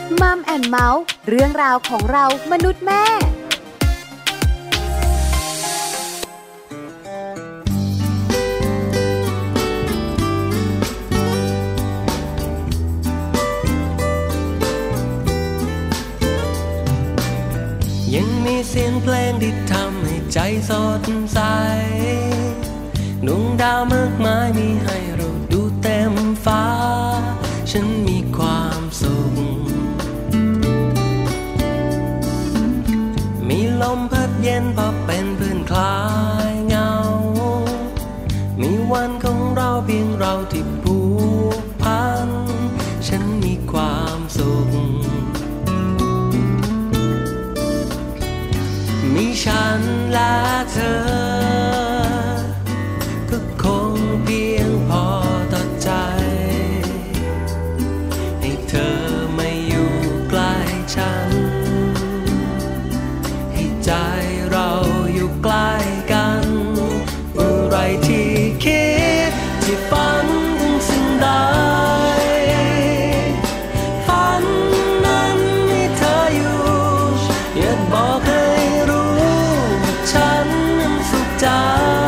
มัมแอนด์เมาส์เรื่องราวของเรามนุษย์แม่ยังมีเสียงเพลงที่ทำให้ใจสดใสดวงดาวมากมายมีให้เราดูเต็มฟ้าฉันมีความสุขมีลมพัดเย็นพอเป็นเพื่อนคลายเหงามีวันของเราเพียงเราที่ผูกพันฉันมีความสุขมีฉันและเธอก็คงเพียงพอต่อใจให้เธอไม่อยู่ใกล้ฉันให้ใจเราอยู่ใกล้กันเมื่อไรที่คิดที่ฝันถึงสิ่งใดฝันนั้นมีเธออยู่อยากบอกให้ฉันนั้นสุขใจ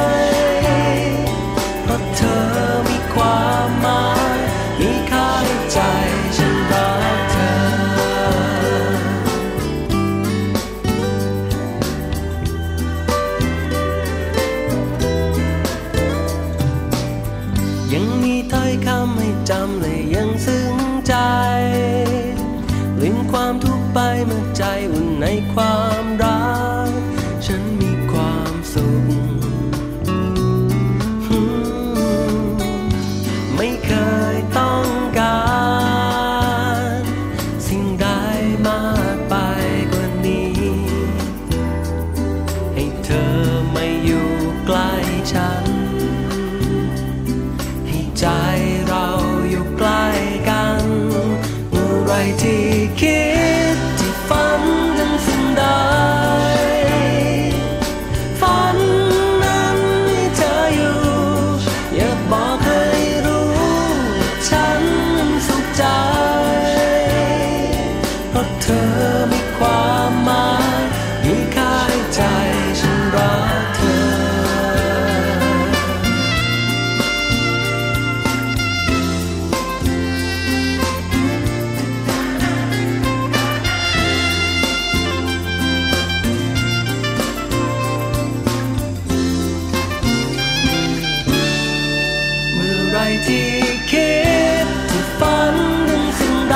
เพราะเธอมีความหมายมีค่าในใจฉันรักเธอยังมีถ้อยคำให้จำและยังซึ้งใจลืมความทุกข์ไปเมื่อใจอุ่นในความรักฉันมีความสุขไม่เคยต้องการสิ่งใดมากไปกว่านี้ให้เธอไม่อยู่ใกล้ฉันให้ใจเราอยู่ใกล้กันเมื่อไรที่คิดที่ฝันถึงสิ่งใดเธอมีความหมายมีค่าในใจฉันรักเธอเมื่อไรที่คิดที่ฝันถึงสิ่งใด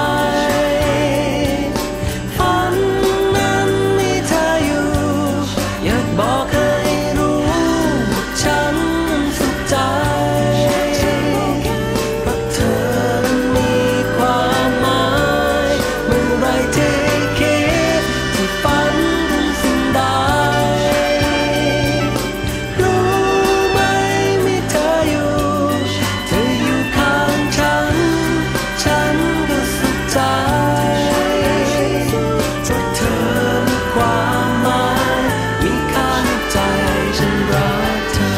บอกให้รู้ว่าฉันสุขใจเพราะเธอมีความหมายเมื่อไรที่คิดที่ฝันถึงสิ่งใดรู้ไหมมีเธออยู่ข้างฉันฉันก็สุขใจเพราะเธอมีความหมายมีค่าใจฉันรักเธอ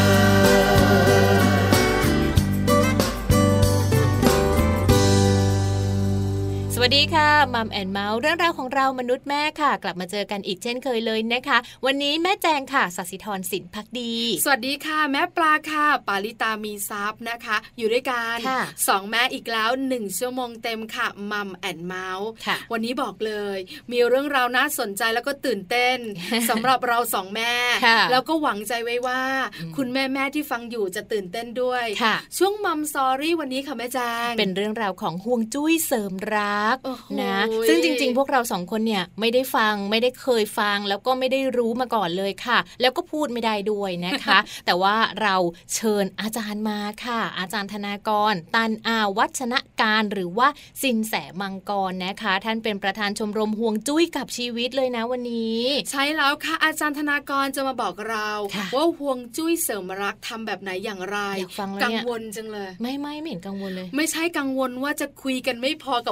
สวัสดีค่ะมัมแอนด์เมาส์เรื่องราวของเรามนุษย์แม่ค่ะกลับมาเจอกันอีกเช่นเคยเลยนะคะวันนี้แม่แจงค่ะศศิธรสินภักดีสวัสดีค่ะแม่ปลาค่ะปาริตามีซับนะคะอยู่ด้วยกันสองแม่อีกแล้ว1ชั่วโมงเต็มค่ะมัมแอนด์เมาส์วันนี้บอกเลยมีเรื่องราวน่าสนใจแล้วก็ตื่นเต้น สำหรับเราสองแม่แล้วก็หวังใจไว้ว่าคุณแม่ที่ฟังอยู่จะตื่นเต้นด้วยช่วงมัมสอรี่วันนี้ค่ะแม่แจงเป็นเรื่องราวของห่วงจุ้ยเสริมรักนะซึ่งจริงๆพวกเราสองคนเนี่ยไม่ได้ฟังไม่ได้เคยฟังแล้วก็ไม่ได้รู้มาก่อนเลยค่ะแล้วก็พูดไม่ได้ด้วยนะคะ แต่ว่าเราเชิญอาจารย์มาค่ะอาจารย์ธนากรตันอาวัชนะการหรือว่าสินแสมังกรนะคะท่านเป็นประธานชมรมห่วงจุ้ยกับชีวิตเลยนะวันนี้ใช่แล้วค่ะอาจารย์ธนากรจะมาบอกเราว่าห่วงจุ้ยเสริมรักทำแบบไหนอย่างไรกังวลจังเลยไม่เห็นกังวลเลยไม่ใช่กังวลว่าจะคุยกันไม่พอกับเวลา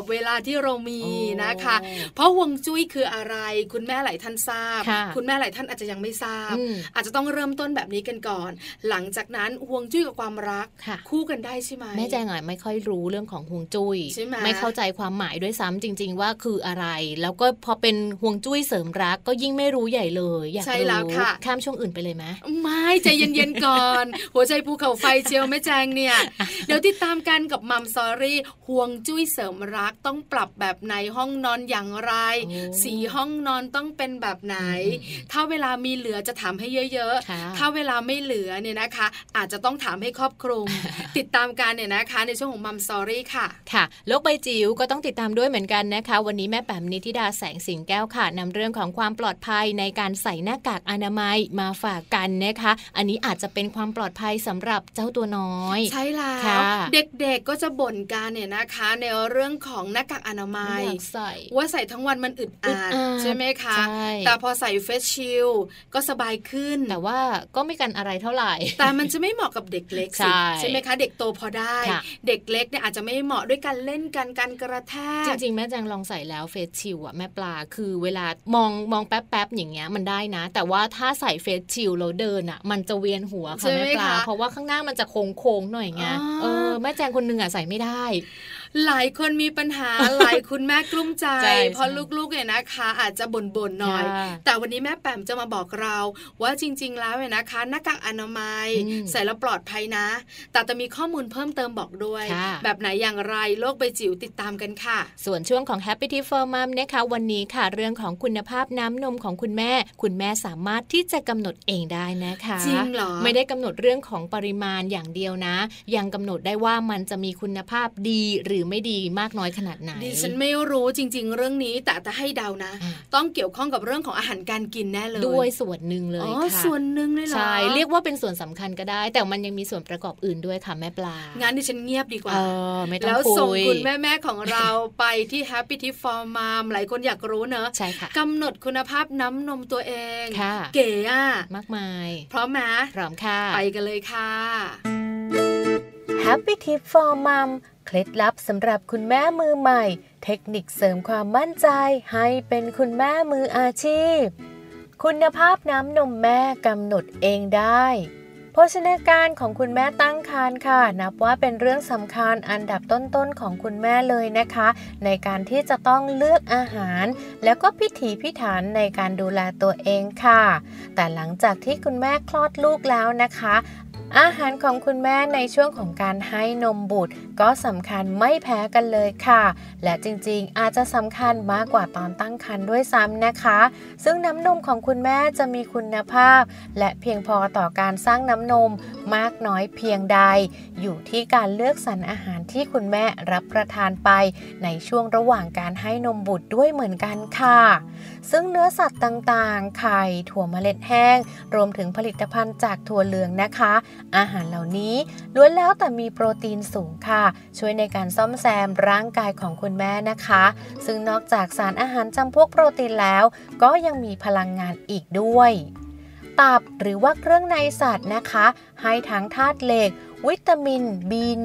ที่เรามีนะคะเพราะฮวงจุ้ยคืออะไรคุณแม่หลายท่านทราบคุณแม่หลายท่านอาจจะยังไม่ทราบอาจจะต้องเริ่มต้นแบบนี้กันก่อนหลังจากนั้นฮวงจุ้ยกับความรักคู่กันได้ใช่ไหมแม่แจงไม่ค่อยรู้เรื่องของฮวงจุ้ยไม่เข้าใจความหมายด้วยซ้ำจริงๆว่าคืออะไรแล้วก็พอเป็นฮวงจุ้ยเสริมรักก็ยิ่งไม่รู้ใหญ่เลยอยากรู้ข้ามช่วงอื่นไปเลยไหมไม่ใจเย็นๆก่อนหัวใจภูเขาไฟเชียวแม่แจงเนี่ยเดี๋ยวติดตามกันกับมัมสอรี่ฮวงจุ้ยเสริมรักต้องปรับแบบไหนห้องนอนอย่างไรสีห้องนอนต้องเป็นแบบไหนถ้าเวลามีเหลือจะถามให้เยอะๆถ้าเวลาไม่เหลือเนี่ยนะคะอาจจะต้องถามให้ครอบคลุม ติดตามกันเนี่ยนะคะในช่วงของมัมสอรี่ค่ะค่ะโลกใบจิ๋วก็ต้องติดตามด้วยเหมือนกันนะคะวันนี้แม่แป๋มนิธิดาแสงสิงแก้วค่ะนำเรื่องของความปลอดภัยในการใส่หน้ากากอนามัยมาฝากกันนะคะอันนี้อาจจะเป็นความปลอดภัยสำหรับเจ้าตัวน้อยใช่แล้วเด็กๆก็จะบ่นกันเนี่ยนะคะในเรื่องของหน้ากากอนามัยว่าใส่ทั้งวันมันอึดอัดใช่ไหมคะแต่พอใส่เฟสชิลก็สบายขึ้นแต่ว่าก็ไม่กันอะไรเท่าไหร่แต่มันจะไม่เหมาะกับเด็กเล็กใช่ไหมคะเด็กโตพอได้เด็กเล็กเนี่ยอาจจะไม่เหมาะด้วยการเล่นกันการกระแทกจริงๆแม่แจงลองใส่แล้วเฟสชิลอะแม่ปลาคือเวลามองแป๊บๆอย่างเงี้ยมันได้นะแต่ว่าถ้าใส่เฟสชิลแล้วเดินอะมันจะเวียนหัวค่ะแม่ปลาเพราะว่าข้างหน้ามันจะโค้งๆหน่อยไงแม่แจงคนนึงอะใส่ไม่ได้หลายคนมีปัญหา หลายคุณแม่กลุ้มใจเพราะลูกๆเนี่ยนะคะอาจจะบ่นๆหน่อยแต่วันนี้แม่แป๋มจะมาบอกเราว่าจริงๆแล้วเนี่ยนะคะหน้ากากอนามัยใส่แล้วปลอดภัยนะแต่จะมีข้อมูลเพิ่มเติมบอกด้วยแบบไหนอย่างไรโลกใบจิ๋วติดตามกันค่ะส่วนช่วงของ Happy Tip for Mom นะคะวันนี้ค่ะเรื่องของคุณภาพน้ำนมของคุณแม่สามารถที่จะกำหนดเองได้นะคะจริงเหรอไม่ได้กำหนดเรื่องของปริมาณอย่างเดียวนะยังกำหนดได้ว่ามันจะมีคุณภาพดีหรือไม่ดีมากน้อยขนาดไหนดิฉันไม่รู้จริงๆเรื่องนี้แต่ให้เดานะต้องเกี่ยวข้องกับเรื่องของอาหารการกินแน่เลยด้วยส่วนหนึ่งเลยค่ะส่วนหนึ่งเลยเหรอใช่เรียกว่าเป็นส่วนสำคัญก็ได้แต่มันยังมีส่วนประกอบอื่นด้วยค่ะแม่ปลางั้นดิฉันเงียบดีกว่าไม่ต้องคุยแล้วส่งคุณแม่ของเราไปที่ Happy Tip for Mom หลายคนอยากรู้เนอะใช่ค่ะกำหนดคุณภาพน้ำนมตัวเองเก๋อะมากมายพร้อมไหมพร้อมค่ะไปกันเลยค่ะ Happy Tip for Mom เคล็ดลับสำหรับคุณแม่มือใหม่เทคนิคเสริมความมั่นใจให้เป็นคุณแม่มืออาชีพคุณภาพน้ำนมแม่กำหนดเองได้โภชนาการของคุณแม่ตั้งครรภ์ค่ะนับว่าเป็นเรื่องสำคัญอันดับต้นๆของคุณแม่เลยนะคะในการที่จะต้องเลือกอาหารแล้วก็พิถีพิถันในการดูแลตัวเองค่ะแต่หลังจากที่คุณแม่คลอดลูกแล้วนะคะอาหารของคุณแม่ในช่วงของการให้นมบุตรก็สำคัญไม่แพ้กันเลยค่ะและจริงๆอาจจะสำคัญมากกว่าตอนตั้งครรภ์ด้วยซ้ำนะคะซึ่งน้ำนมของคุณแม่จะมีคุณภาพและเพียงพอต่อการสร้างน้ำนมมากน้อยเพียงใดอยู่ที่การเลือกสรรอาหารที่คุณแม่รับประทานไปในช่วงระหว่างการให้นมบุตรด้วยเหมือนกันค่ะซึ่งเนื้อสัตว์ต่างๆไข่ถั่วเมล็ดแห้งรวมถึงผลิตภัณฑ์จากถั่วเหลืองนะคะอาหารเหล่านี้ล้วนแล้วแต่มีโปรตีนสูงค่ะช่วยในการซ่อมแซมร่างกายของคุณแม่นะคะซึ่งนอกจากสารอาหารจำพวกโปรตีนแล้วก็ยังมีพลังงานอีกด้วยตับหรือว่าเครื่องในสัตว์นะคะให้ทั้งธาตุเหล็กวิตามิน B1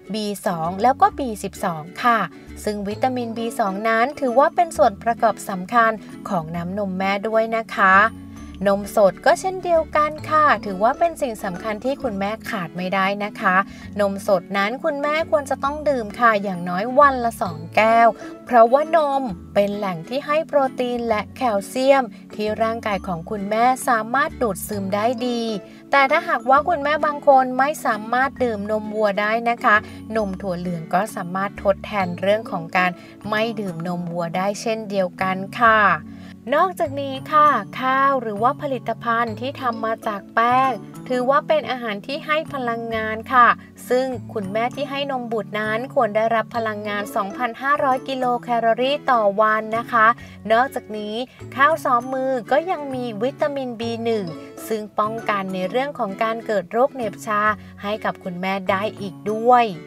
B2 แล้วก็ B12 ค่ะซึ่งวิตามิน B2 นั้นถือว่าเป็นส่วนประกอบสำคัญของน้ำนมแม่ด้วยนะคะนมสดก็เช่นเดียวกันค่ะถือว่าเป็นสิ่งสำคัญที่คุณแม่ขาดไม่ได้นะคะนมสดนั้นคุณแม่ควรจะต้องดื่มค่ะอย่างน้อยวันละ2แก้วเพราะว่านมเป็นแหล่งที่ให้โปรตีนและแคลเซียมที่ร่างกายของคุณแม่สามารถดูดซึมได้ดีแต่ถ้าหากว่าคุณแม่บางคนไม่สามารถดื่มนมวัวได้นะคะนมถั่วเหลืองก็สามารถทดแทนเรื่องของการไม่ดื่มนมวัวได้เช่นเดียวกันค่ะนอกจากนี้ค่ะข้าวหรือว่าผลิตภัณฑ์ที่ทำมาจากแป้งถือว่าเป็นอาหารที่ให้พลังงานค่ะซึ่งคุณแม่ที่ให้นมบุตรนั้นควรได้รับพลังงาน 2,500 กิโลแคลอรี่ต่อวันนะคะนอกจากนี้ข้าวซ้อมมือก็ยังมีวิตามิน B1 ซึ่งป้องกันในเรื่องของการเกิดโรคเหน็บชาให้กับคุณแม่ได้อีกด้วย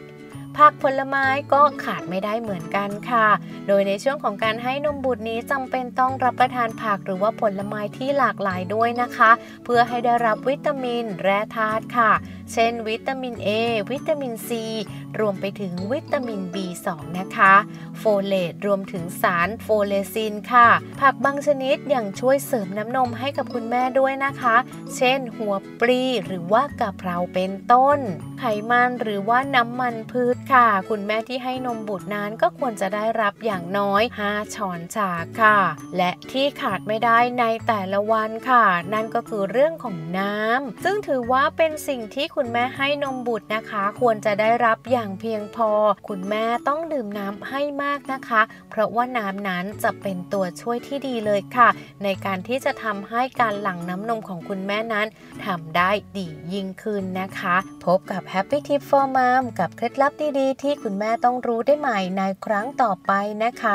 ผักผลไม้ก็ขาดไม่ได้เหมือนกันค่ะโดยในช่วงของการให้นมบุตรนี้จำเป็นต้องรับประทานผักหรือว่าผลไม้ที่หลากหลายด้วยนะคะเพื่อให้ได้รับวิตามินแร่ธาตุค่ะเช่นวิตามิน A วิตามิน C รวมไปถึงวิตามิน B2 นะคะโฟเลตรวมถึงสารโฟเลซินค่ะผักบางชนิดยังช่วยเสริมน้ำนมให้กับคุณแม่ด้วยนะคะเช่นหัวปลีหรือว่ากะเพราเป็นต้นไขมันหรือว่าน้ำมันพืชค่ะคุณแม่ที่ให้นมบุตรนั้นก็ควรจะได้รับอย่างน้อย5ช้อนชาค่ะและที่ขาดไม่ได้ในแต่ละวันค่ะนั่นก็คือเรื่องของน้ำซึ่งถือว่าเป็นสิ่งที่คุณแม่ให้นมบุตรนะคะควรจะได้รับอย่างเพียงพอคุณแม่ต้องดื่มน้ำให้มากนะคะเพราะว่าน้ำนั้นจะเป็นตัวช่วยที่ดีเลยค่ะในการที่จะทำให้การหลั่งน้ำนมของคุณแม่นั้นทำได้ดียิ่งขึ้นนะคะพบกับ Happy Tip for Mom กับเคล็ดลับดีๆที่คุณแม่ต้องรู้ได้ใหม่ในครั้งต่อไปนะคะ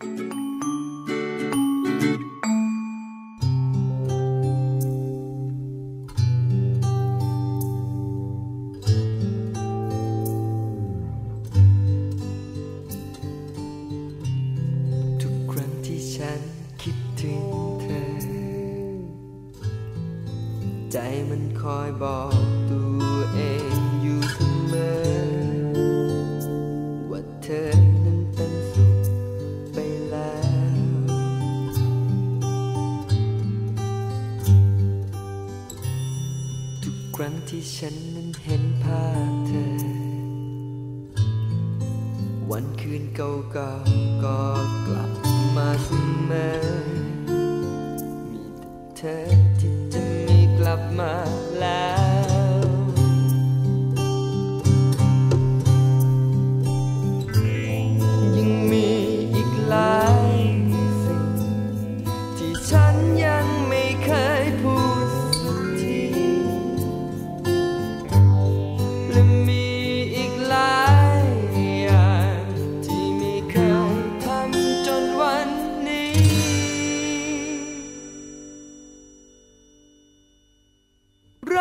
ทุกครั้งที่ฉันคิดถึงเธอใจมันคอยบอกตัวเองอยู่เสมอว่าเธอนั้นเป็นสุขไปแล้วทุกครั้งที่ฉันนั้นเห็นภาพเธอวันคืนเก่าๆก็กลับมาเสมอมีแต่เธอที่จะมีกลับมาแล้วยังมีอีกหลายสิ่งที่ฉันยังไม่เคยพูดสักทีและมีอีกหลายอย่างที่ไม่เคยทำจนวันนี้ ร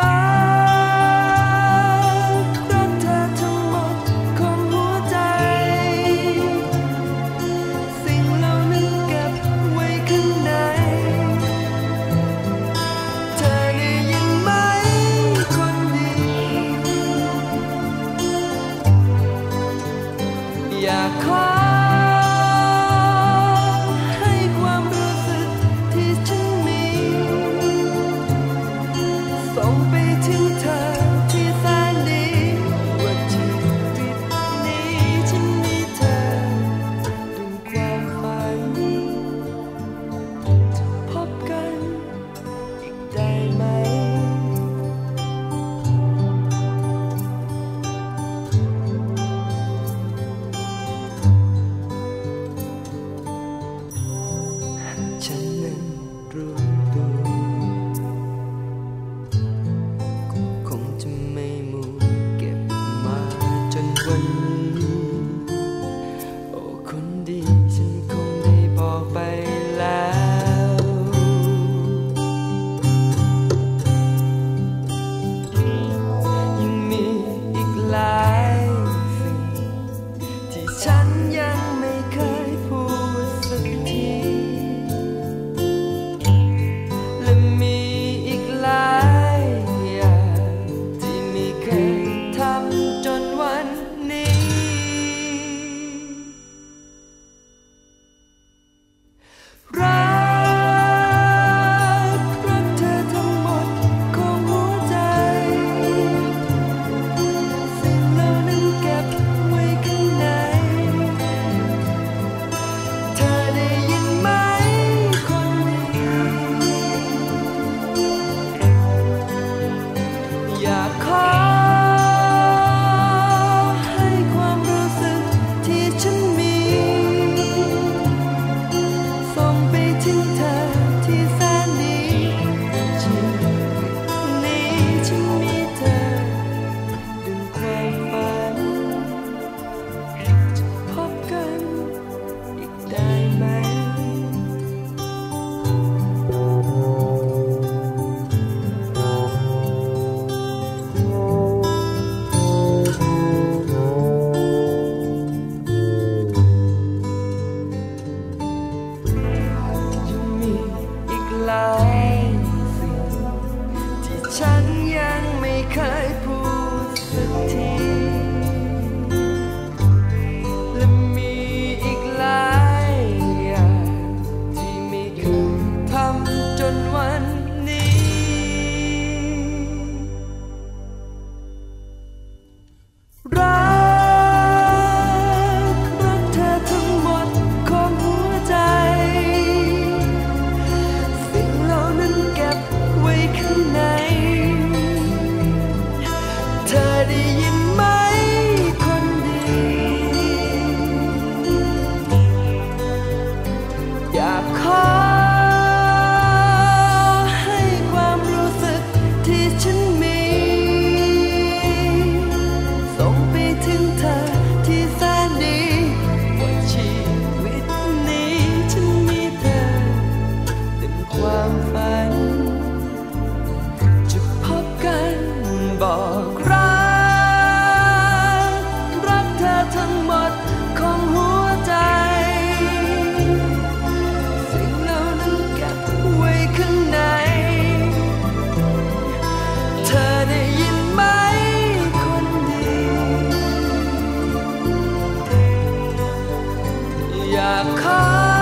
ขอ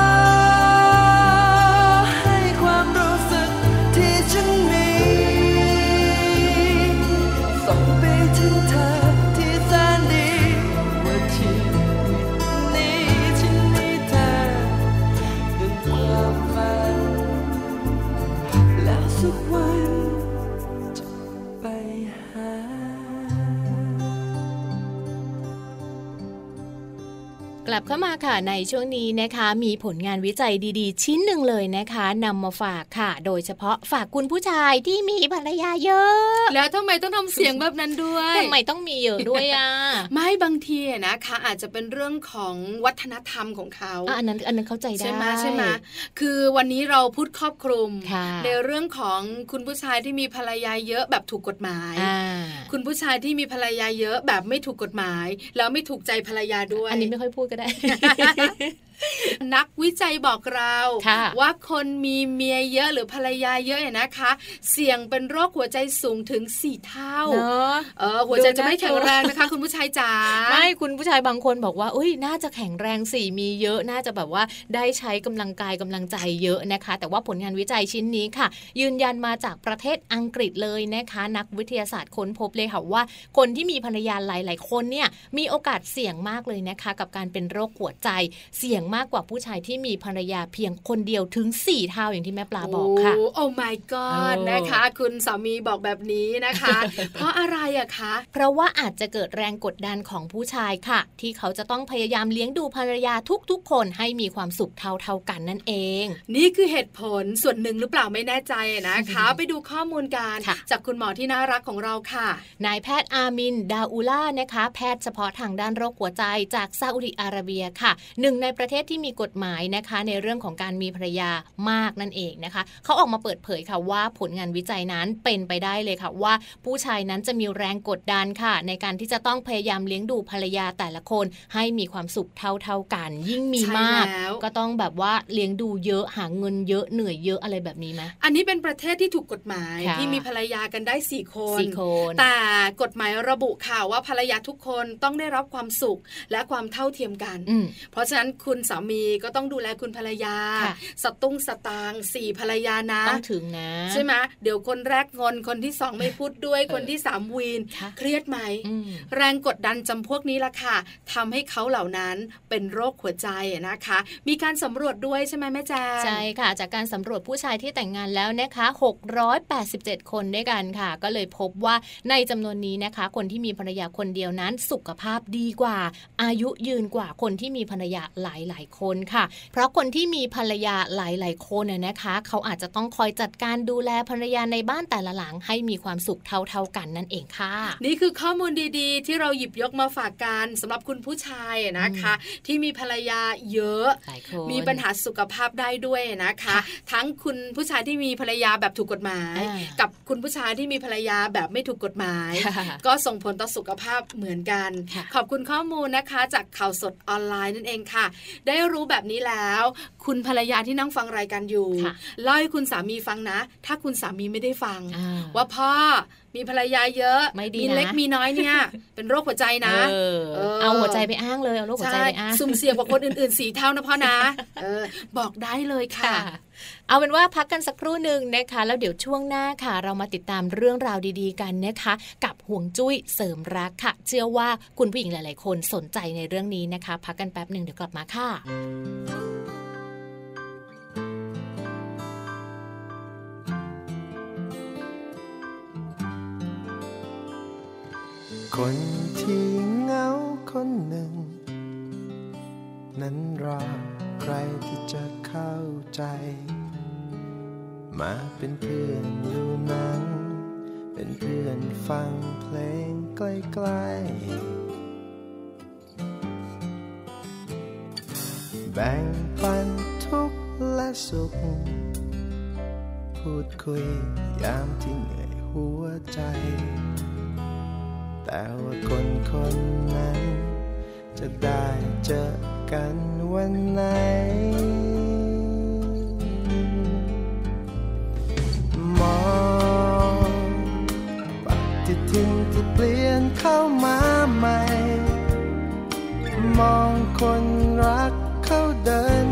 ให้ความรู้สึกที่ฉันมีส่งไปถึงเธอที่แสนดีว่าชีวิตนี้ฉันมีเธอดังความฝันแล้วสักวันจะไปหากลับเข้ามาค่ะในช่วงนี้นะคะมีผลงานวิจัยดีๆชิ้นหนึ่งเลยนะคะนำมาฝากค่ะโดยเฉพาะฝากคุณผู้ชายที่มีภรรยาเยอะแล้วทำไมต้องทำเสียงแบบนั้นด้วยทำไมต้องมีเยอะด้วยอ่ะไม่บางทีนะคะอาจจะเป็นเรื่องของวัฒนธรรมของเขาอันนั้นเข้าใจได้ใช่ไหมคือวันนี้เราพูดครอบคลุมในเรื่องของคุณผู้ชายที่มีภรรยาเยอะแบบถูกกฎหมายคุณผู้ชายที่มีภรรยาเยอะแบบไม่ถูกกฎหมายแล้วไม่ถูกใจภรรยาด้วยอันนี้ไม่ค่อยพูดก็ได้นักวิจัยบอกเราว่าคนมีเมียเยอะหรือภรรยาเยอะเนี่ยนะคะเสี่ยงเป็นโรคหัวใจสูงถึง4 เท่าหัวใจจะไม่แข็งแรงนะคะคุณผู้ชายจ๋าไม่คุณผู้ชายบางคนบอกว่าอุ้ยน่าจะแข็งแรงสิมีเยอะน่าจะแบบว่าได้ใช้กำลังกายกำลังใจเยอะนะคะแต่ว่าผลงานวิจัยชิ้นนี้ค่ะยืนยันมาจากประเทศอังกฤษเลยนะคะนักวิทยาศาสตร์ค้นพบเลยค่ะว่าคนที่มีภรรยาหลายๆคนเนี่ยมีโอกาสเสี่ยงมากเลยนะคะกับการเป็นโรคหัวใจเสี่ยงมากกว่าผู้ชายที่มีภรรยาเพียงคนเดียวถึง4 เท่าอย่างที่แม่ปลาบอกค่ะโอ้ my god นะคะคุณสามีบอกแบบนี้นะคะ เพราะอะไรอะคะเพราะว่าอาจจะเกิดแรงกดดันของผู้ชายค่ะที่เขาจะต้องพยายามเลี้ยงดูภรรยาทุกๆคนให้มีความสุขเท่าๆกันนั่นเองนี่คือเหตุผลส่วนหนึ่งหรือเปล่าไม่แน่ใจนะคะ ไปดูข้อมูลกันจากคุณหมอที่น่ารักของเราค่ะนายแพทย์อามินดาอูล่านะคะแพทย์เฉพาะทางด้านโรคหัวใจจากซาอุดิอาระเบียค่ะหนึ่งในประเทศที่มีกฎหมายนะคะในเรื่องของการมีภรรยามากนั่นเองนะคะเขาออกมาเปิดเผยค่ะว่าผลงานวิจัยนั้นเป็นไปได้เลยค่ะว่าผู้ชายนั้นจะมีแรงกดดันค่ะในการที่จะต้องพยายามเลี้ยงดูภรรยาแต่ละคนให้มีความสุขเท่ากันยิ่งมีมากก็ต้องแบบว่าเลี้ยงดูเยอะหาเงินเยอะเหนื่อยเยอะอะไรแบบนี้ไหมอันนี้เป็นประเทศที่ถูกกฎหมายที่มีภรรยากันได้4 คนแต่กฎหมายระบุค่ะว่าภรรยาทุกคนต้องได้รับความสุขและความเท่าเทียมกันเพราะฉะนั้นคุณสามีก็ต้องดูแลคุณภรรยาสตุ้งสตางค์4ภรรยานะต้องถึงนะใช่ไหมเดี๋ยวคนแรกงอนคนที่2ไม่พูดด้วยคนที่3วีนเครียดไหมแรงกดดันจำพวกนี้ล่ะค่ะทำให้เขาเหล่านั้นเป็นโรคหัวใจนะคะมีการสำรวจด้วยใช่ไหมแม่แจ้งใช่ค่ะจากการสำรวจผู้ชายที่แต่งงานแล้วนะคะ687คนด้วยกันค่ะก็เลยพบว่าในจำนวนนี้นะคะคนที่มีภรรยาคนเดียวนั้นสุขภาพดีกว่าอายุยืนกว่าคนที่มีภรรยาหลายๆคนค่ะเพราะคนที่มีภรรยาหลายๆคนนะคะเขาอาจจะต้องคอยจัดการดูแลภรรยาในบ้านแต่ละหลังให้มีความสุขเท่าๆกันนั่นเองค่ะนี่คือข้อมูลดีๆที่เราหยิบยกมาฝากกันสำหรับคุณผู้ชายนะคะที่มีภรรยาเยอะมีปัญหาสุขภาพได้ด้วยนะคะทั้งคุณผู้ชายที่มีภรรยาแบบถูกกฎหมายกับคุณผู้ชายที่มีภรรยาแบบไม่ถูกกฎหมายก็ส่งผลต่อสุขภาพเหมือนกันขอบคุณข้อมูลนะคะจากข่าวสดออนไลน์นั่นเองค่ะได้รู้แบบนี้แล้วคุณภรรยาที่นั่งฟังรายการอยู่เล่าให้คุณสามีฟังนะถ้าคุณสามีไม่ได้ฟังว่าพ่อมีภรรยาเยอะมีเล็กมีน้อยเนี่ยเป็นโรคหัวใจนะเอาหัวใจไปอ้างเลยเอาโรคหัวใจไปอ้างสุ่มเสี่ยงกว่าคนอื่นๆ4 เท่านะพ่อนะบอกได้เลยค่ะเอาเป็นว่าพักกันสักครู่นึงนะคะแล้วเดี๋ยวช่วงหน้าค่ะเรามาติดตามเรื่องราวดีๆกันนะคะกับห่วงจุ้ยเสริมรักค่ะเชื่อว่าคุณผู้หญิงหลายๆคนสนใจในเรื่องนี้นะคะพักกันแป๊บนึงเดี๋ยวกลับมาค่ะคนที่เหงาคนหนึ่งนั้นรอใครที่จะเข้าใจมาเป็นเพื่อนดูหนังเป็นเพื่อนฟังเพลงใกล้ๆแบ่งปันทุกข์และสุขพูดคุยยามที่เหนื่อยหัวใจแต่ว่าคนนั้นจะได้เจอกันวันไหนมองปฏิทินที่เปลี่ยนเข้ามาใหม่มองคนรักเขาเดิน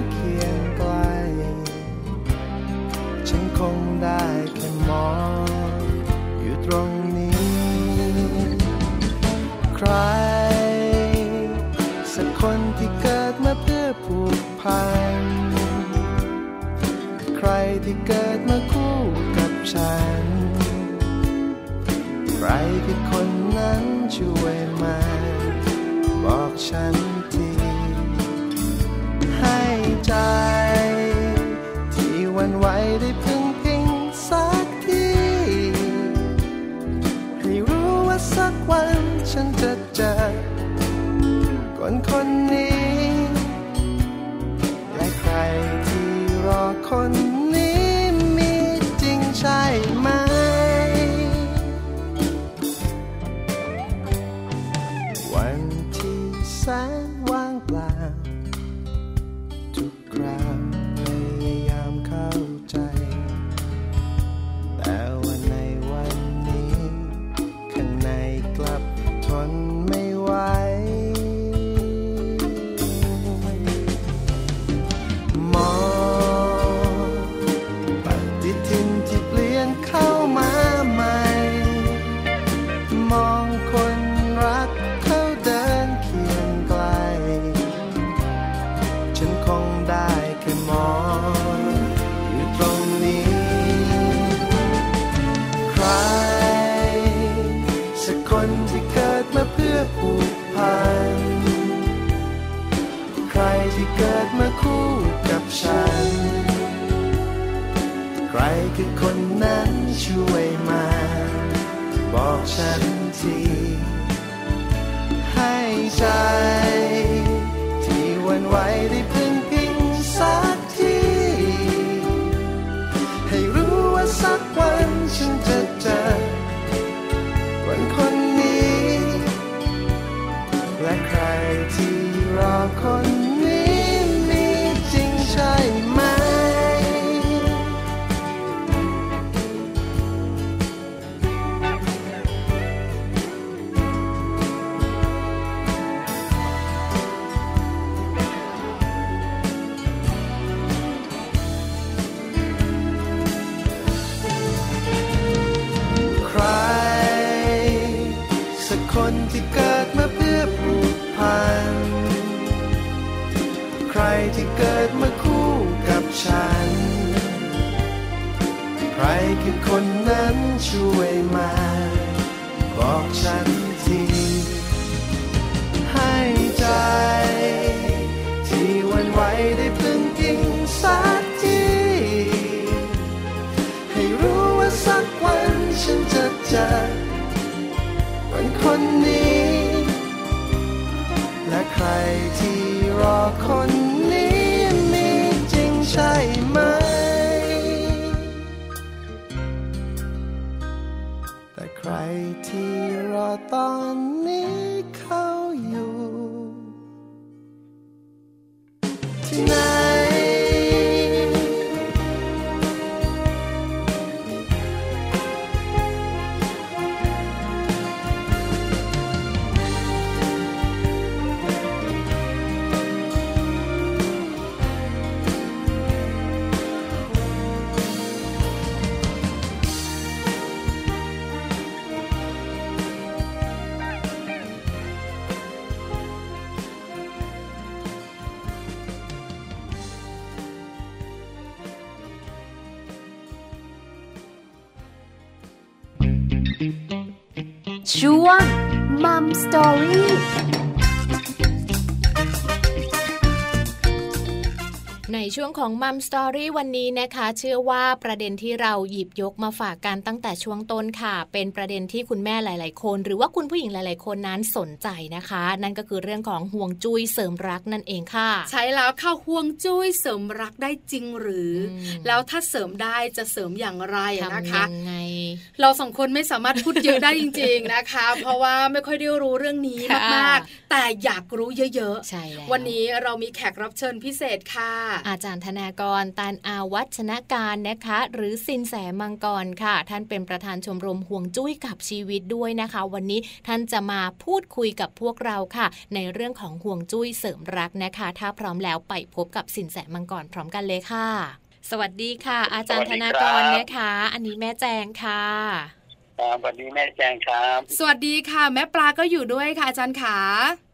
พันใครที่เกิดมาคู่กับฉันใครคือคนนั้นช่วยมาบอกฉันทีให้ใจที่หวั่นไหวได้พึ่งพิงสักทีให้รู้ว่าสักวันฉันจะเจอคนคนนี้และใครที่รอคนนี้มีจริงใช่ไหมวันที่แสนว่างเปล่าทุกคราวพยายามเข้าใจแต่ว่าในวันนี้ข้างในกลับทนไม่ไหวมองปฏิทินที่เปลี่ยนเข้ามาใหม่มองคนรักเขาเดินเคียงไกลฉันคงได้แค่มองอยู่ตรงนี้ใครสักคนที่เกิดมาเพื่อผูกพันใครที่เกิดมาคู่กับฉันใครคือคนนั้นช่วยมาบอกฉันทีให้ใจที่หวั่นไหวได้พึ่งพิงสักทีให้รู้ว่าสักวันฉันจะเจอคนคนนี้และใครที่รอคนนี้มีจริงใช่ไหมใครสักคนที่เกิดมาเพื่อผูกพันใครที่เกิดมาคู่กับฉันใครคือคนนั้นช่วยมาบอกฉันทีให้ใจที่หวั่นไหวได้พึ่งพิงสักทีให้รู้ว่าสักวันฉันจะเจอคนคนนี้และใครที่รอคนนี้มีจริงใช่ไหมแต่ใครที่รอตอนนี้เขาอยู่ที่ไหนช่วง Mum Story ในช่วงของ Mum Story วันนี้นะคะเชื่อว่าประเด็นที่เราหยิบยกมาฝากกันตั้งแต่ช่วงต้นค่ะเป็นประเด็นที่คุณแม่หลายๆคนหรือว่าคุณผู้หญิงหลายๆคนนั้นสนใจนะคะนั่นก็คือเรื่องของห่วงจุ้ยเสริมรักนั่นเองค่ะใช่แล้วค่ะห่วงจุ้ยเสริมรักได้จริงหรือแล้วถ้าเสริมได้จะเสริมอย่างไรนะคะทำยังไงเราสองคนไม่สามารถพูดเยอะได้จริงๆนะคะเพราะว่าไม่ค่อยได้รู้เรื่องนี้มากๆแต่อยากรู้เยอะๆใช่แล้ววันนี้เรามีแขกรับเชิญพิเศษค่ะอาจารย์ธนากรตันอาวัฒนการนะคะหรือสินแสมังกรค่ะท่านเป็นประธานชมรมห่วงจุ้ยกับชีวิตด้วยนะคะวันนี้ท่านจะมาพูดคุยกับพวกเราค่ะในเรื่องของห่วงจุ้ยเสริมรักนะคะถ้าพร้อมแล้วไปพบกับสินแสมังกรพร้อมกันเลยค่ะสวัสดีค่ะอาจารย์ธนากรนะคะอันนี้แม่แจงค่ะสวัสดีแม่แจงครับสวัสดีค่ะแม่ปลาก็อยู่ด้วยค่ะอาจารย์ขา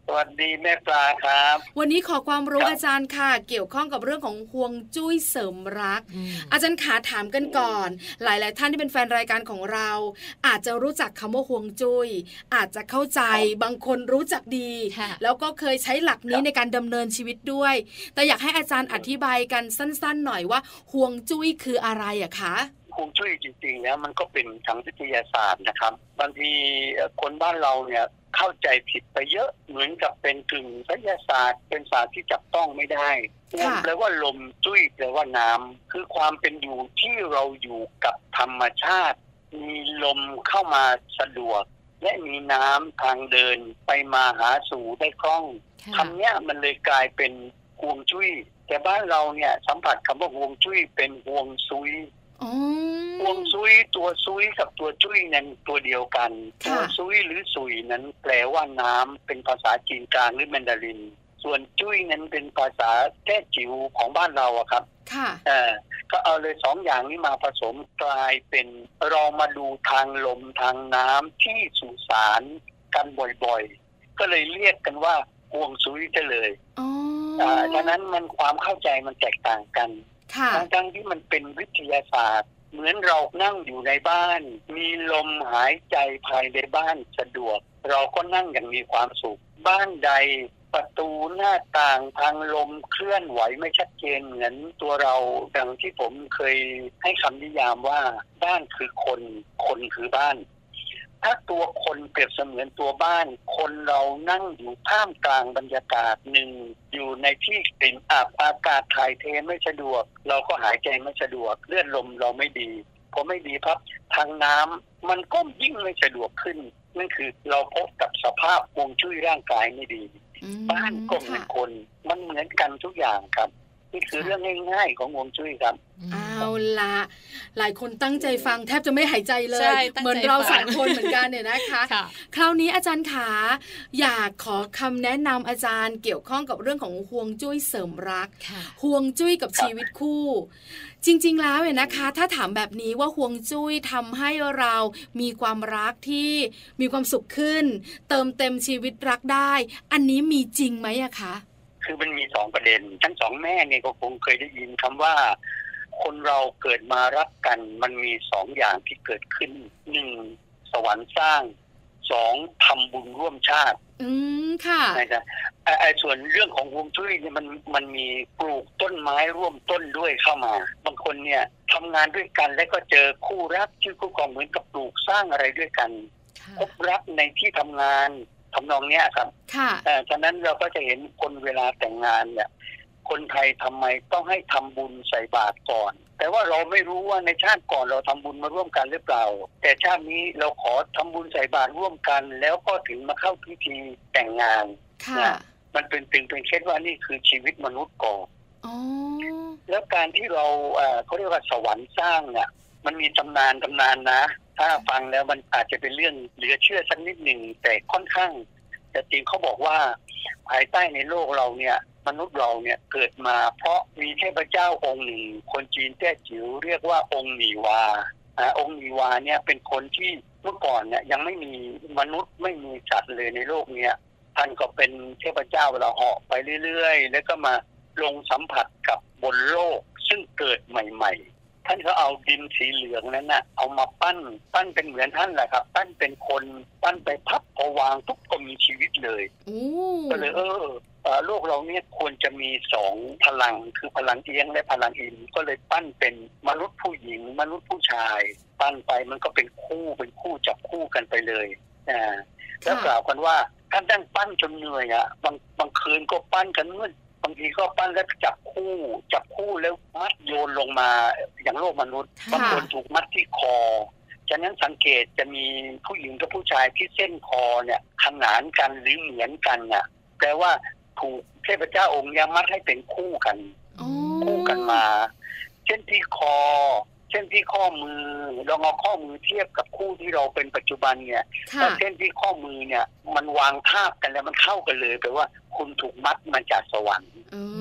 สวัสดีแม่ปลาครับวันนี้ขอความรู้อาจารย์ค่ะเกี่ยวข้องกับเรื่องของฮวงจุ้ยเสริมรักอาจารย์ขาถามกันก่อนหลายๆท่านที่เป็นแฟนรายการของเราอาจจะรู้จักคำว่าฮวงจุ้ยอาจจะเข้าใจบางคนรู้จักดีแล้วก็เคยใช้หลักนี้ในการดำเนินชีวิตด้วยแต่อยากให้อาจารย์อธิบายกันสั้นๆหน่อยว่าฮวงจุ้ยคืออะไรอะคะฮวงจุ้ยจริงๆแล้วมันก็เป็นทางวิทยาศาสตร์นะครับบางทีคนบ้านเราเนี่ยเข้าใจผิดไปเยอะเหมือนกับเป็นกึ่งวิทยาศาสตร์เป็นศาสตร์ที่จับต้องไม่ได้แปลว่าลมจุ้ยแปลว่าน้ำคือความเป็นอยู่ที่เราอยู่กับธรรมชาติมีลมเข้ามาสะดวกและมีน้ำทางเดินไปมาหาสู่ได้คล่องคำนี้มันเลยกลายเป็นฮวงจุ้ยแต่บ้านเราเนี่ยสัมผัสคำว่าฮวงจุ้ยเป็นฮวงซุยฮวงซุยตัวซุยกับตัวจุ้ยนั้นตัวเดียวกันตัวซุยหรือซุยนั้นแปลว่าน้ำเป็นภาษาจีนกลางหรือแมนดารินส่วนจุ้ยนั้นเป็นภาษาแต้จิ๋วของบ้านเราอะครับก็เอาเลยสองอย่างนี้มาผสมกลายเป็นเรามาดูทางลมทางน้ำที่สุสานกันบ่อยๆก็เลยเรียกกันว่าฮวงซุยจะเลยฉะนั้นมันความเข้าใจมันแตกต่างกันทั้งที่มันเป็นวิทยาศาสตร์เหมือนเรานั่งอยู่ในบ้านมีลมหายใจภายในบ้านสะดวกเราก็นั่งอย่างมีความสุขบ้านใดประตูหน้าต่างทางลมเคลื่อนไหวไม่ชัดเจนเหมือนตัวเราดังที่ผมเคยให้คำนิยามว่าบ้านคือคนคนคือบ้านถ้าตัวคนเปรียบเสมือนตัวบ้านคนเรานั่งอยู่ท่ามกลางบรรยากาศหนึ่งอยู่ในที่กลิ่นอับอากาศถ่ายเทไม่สะดวกเราก็หายใจไม่สะดวกเลือดลมเราไม่ดีพอไม่ดีพับทางน้ำมันก็ยิ่งไม่สะดวกขึ้นนั่นคือเราพบกับสภาพฮวงจุ้ยร่างกายไม่ดีบ้านก็เหมือนคนมันเหมือนกันทุกอย่างครับนี่คือเรื่องง่ายๆของฮวงจุ้ยครับเอาละหลายคนตั้งใจฟังแทบจะไม่หายใจเลยเหมือนเราสองคนเหมือนกันเนี่ยนะคะคราวนี้อาจารย์ขาอยากขอคำแนะนำอาจารย์เกี่ยวข้องกับเรื่องของฮวงจุ้ยเสริมรักฮวงจุ้ยกับชีวิตคู่จริงๆแล้วเนี่ยนะคะถ้าถามแบบนี้ว่าฮวงจุ้ยทำให้เรามีความรักที่มีความสุขขึ้นเติมเต็มชีวิตรักได้อันนี้มีจริงไหมอะคะคือมันมี2ประเด็นทั้งสองแม่เนี่ยก็คงเคยได้ยินคำว่าคนเราเกิดมารักกันมันมี2อย่างที่เกิดขึ้น1สวรรค์สร้าง2ทำบุญร่วมชาติค่ะนะครับส่วนเรื่องของฮวงจุ้ยเนี่ยมันมีปลูกต้นไม้ร่วมต้นด้วยเข้ามาบางคนเนี่ยทำงานด้วยกันแล้วก็เจอคู่รักที่คู่ครองเหมือนกับปลูกสร้างอะไรด้วยกันพบรักในที่ทำงานทำนองเนี้ยครับฉะนั้นเราก็จะเห็นคนเวลาแต่งงานเนี่ยคนไทยทำไมต้องให้ทำบุญใส่บาตรก่อนแต่ว่าเราไม่รู้ว่าในชาติก่อนเราทำบุญมาร่วมกันหรือเปล่าแต่ชาตินี้เราขอทำบุญใส่บาตรร่วมกันแล้วก็ถึงมาเข้าพิธีแต่งงานมันเป็นเคล็ดว่านี่คือชีวิตมนุษย์ก่อนแล้วการที่เราเขาเรียกว่าสวรรค์สร้างเนี่ยมันมีตำนานนะถ้าฟังแล้วมันอาจจะเป็นเรื่องเหลือเชื่อสักนิดหนึ่งแต่ค่อนข้างแต่จริงเขาบอกว่าภายใต้ในโลกเราเนี่ยมนุษย์เราเนี่ยเกิดมาเพราะมีเทพเจ้าองค์หนึ่งคนจีนแต้จิ๋วเรียกว่าองค์หนีวาองค์หนีวาเนี่ยเป็นคนที่เมื่อก่อนเนี่ยยังไม่มีมนุษย์ไม่มีสัตว์เลยในโลกเนี้ยท่านก็เป็นเทพเจ้าเวลาเหาะไปเรื่อยๆแล้วก็มาลงสัมผัสกับบนโลกซึ่งเกิดใหม่ๆท่านก็เอาดินสีเหลืองนั้นน่ะเอามาปั้นเป็นเหมือนท่านแหละครับปั้นเป็นคนปั้นไปพับพอวางทุกก็มีชีวิตเลยก็เลยโลกเราเนี่ยควรจะมี2พลังคือพลังเอียงและพลังอินก็เลยปั้นเป็นมนุษย์ผู้หญิงมนุษย์ผู้ชายปั้นไปมันก็เป็นคู่จับคู่กันไปเลยแล้วกล่าวกันว่าท่านนั่งปั้นจนเหนื่อยบางคืนก็ปั้นกันมืดบางทีก็ปั้นแล้วจับคู่แล้วมัดโยนลงมาอย่างโลกมนุษย์บางคนถูกมัดที่คอฉะนั้นสังเกตจะมีผู้หญิงกับผู้ชายที่เส้นคอเนี่ยขนานกันหรือเหมือนกันน่ะแปลว่าถูกเทพเจ้าองค์นี้มัดให้เป็นคู่กันมาเช่นที่คอเช่นที่ข้อมือลองเอาข้อมือเทียบกับคู่ที่เราเป็นปัจจุบันเนี่ยแต่เช่นที่ข้อมือเนี่ยมันวางทาบกันแล้วมันเข้ากันเลยแปลว่าคุณถูกมัดมาจากสวรรค์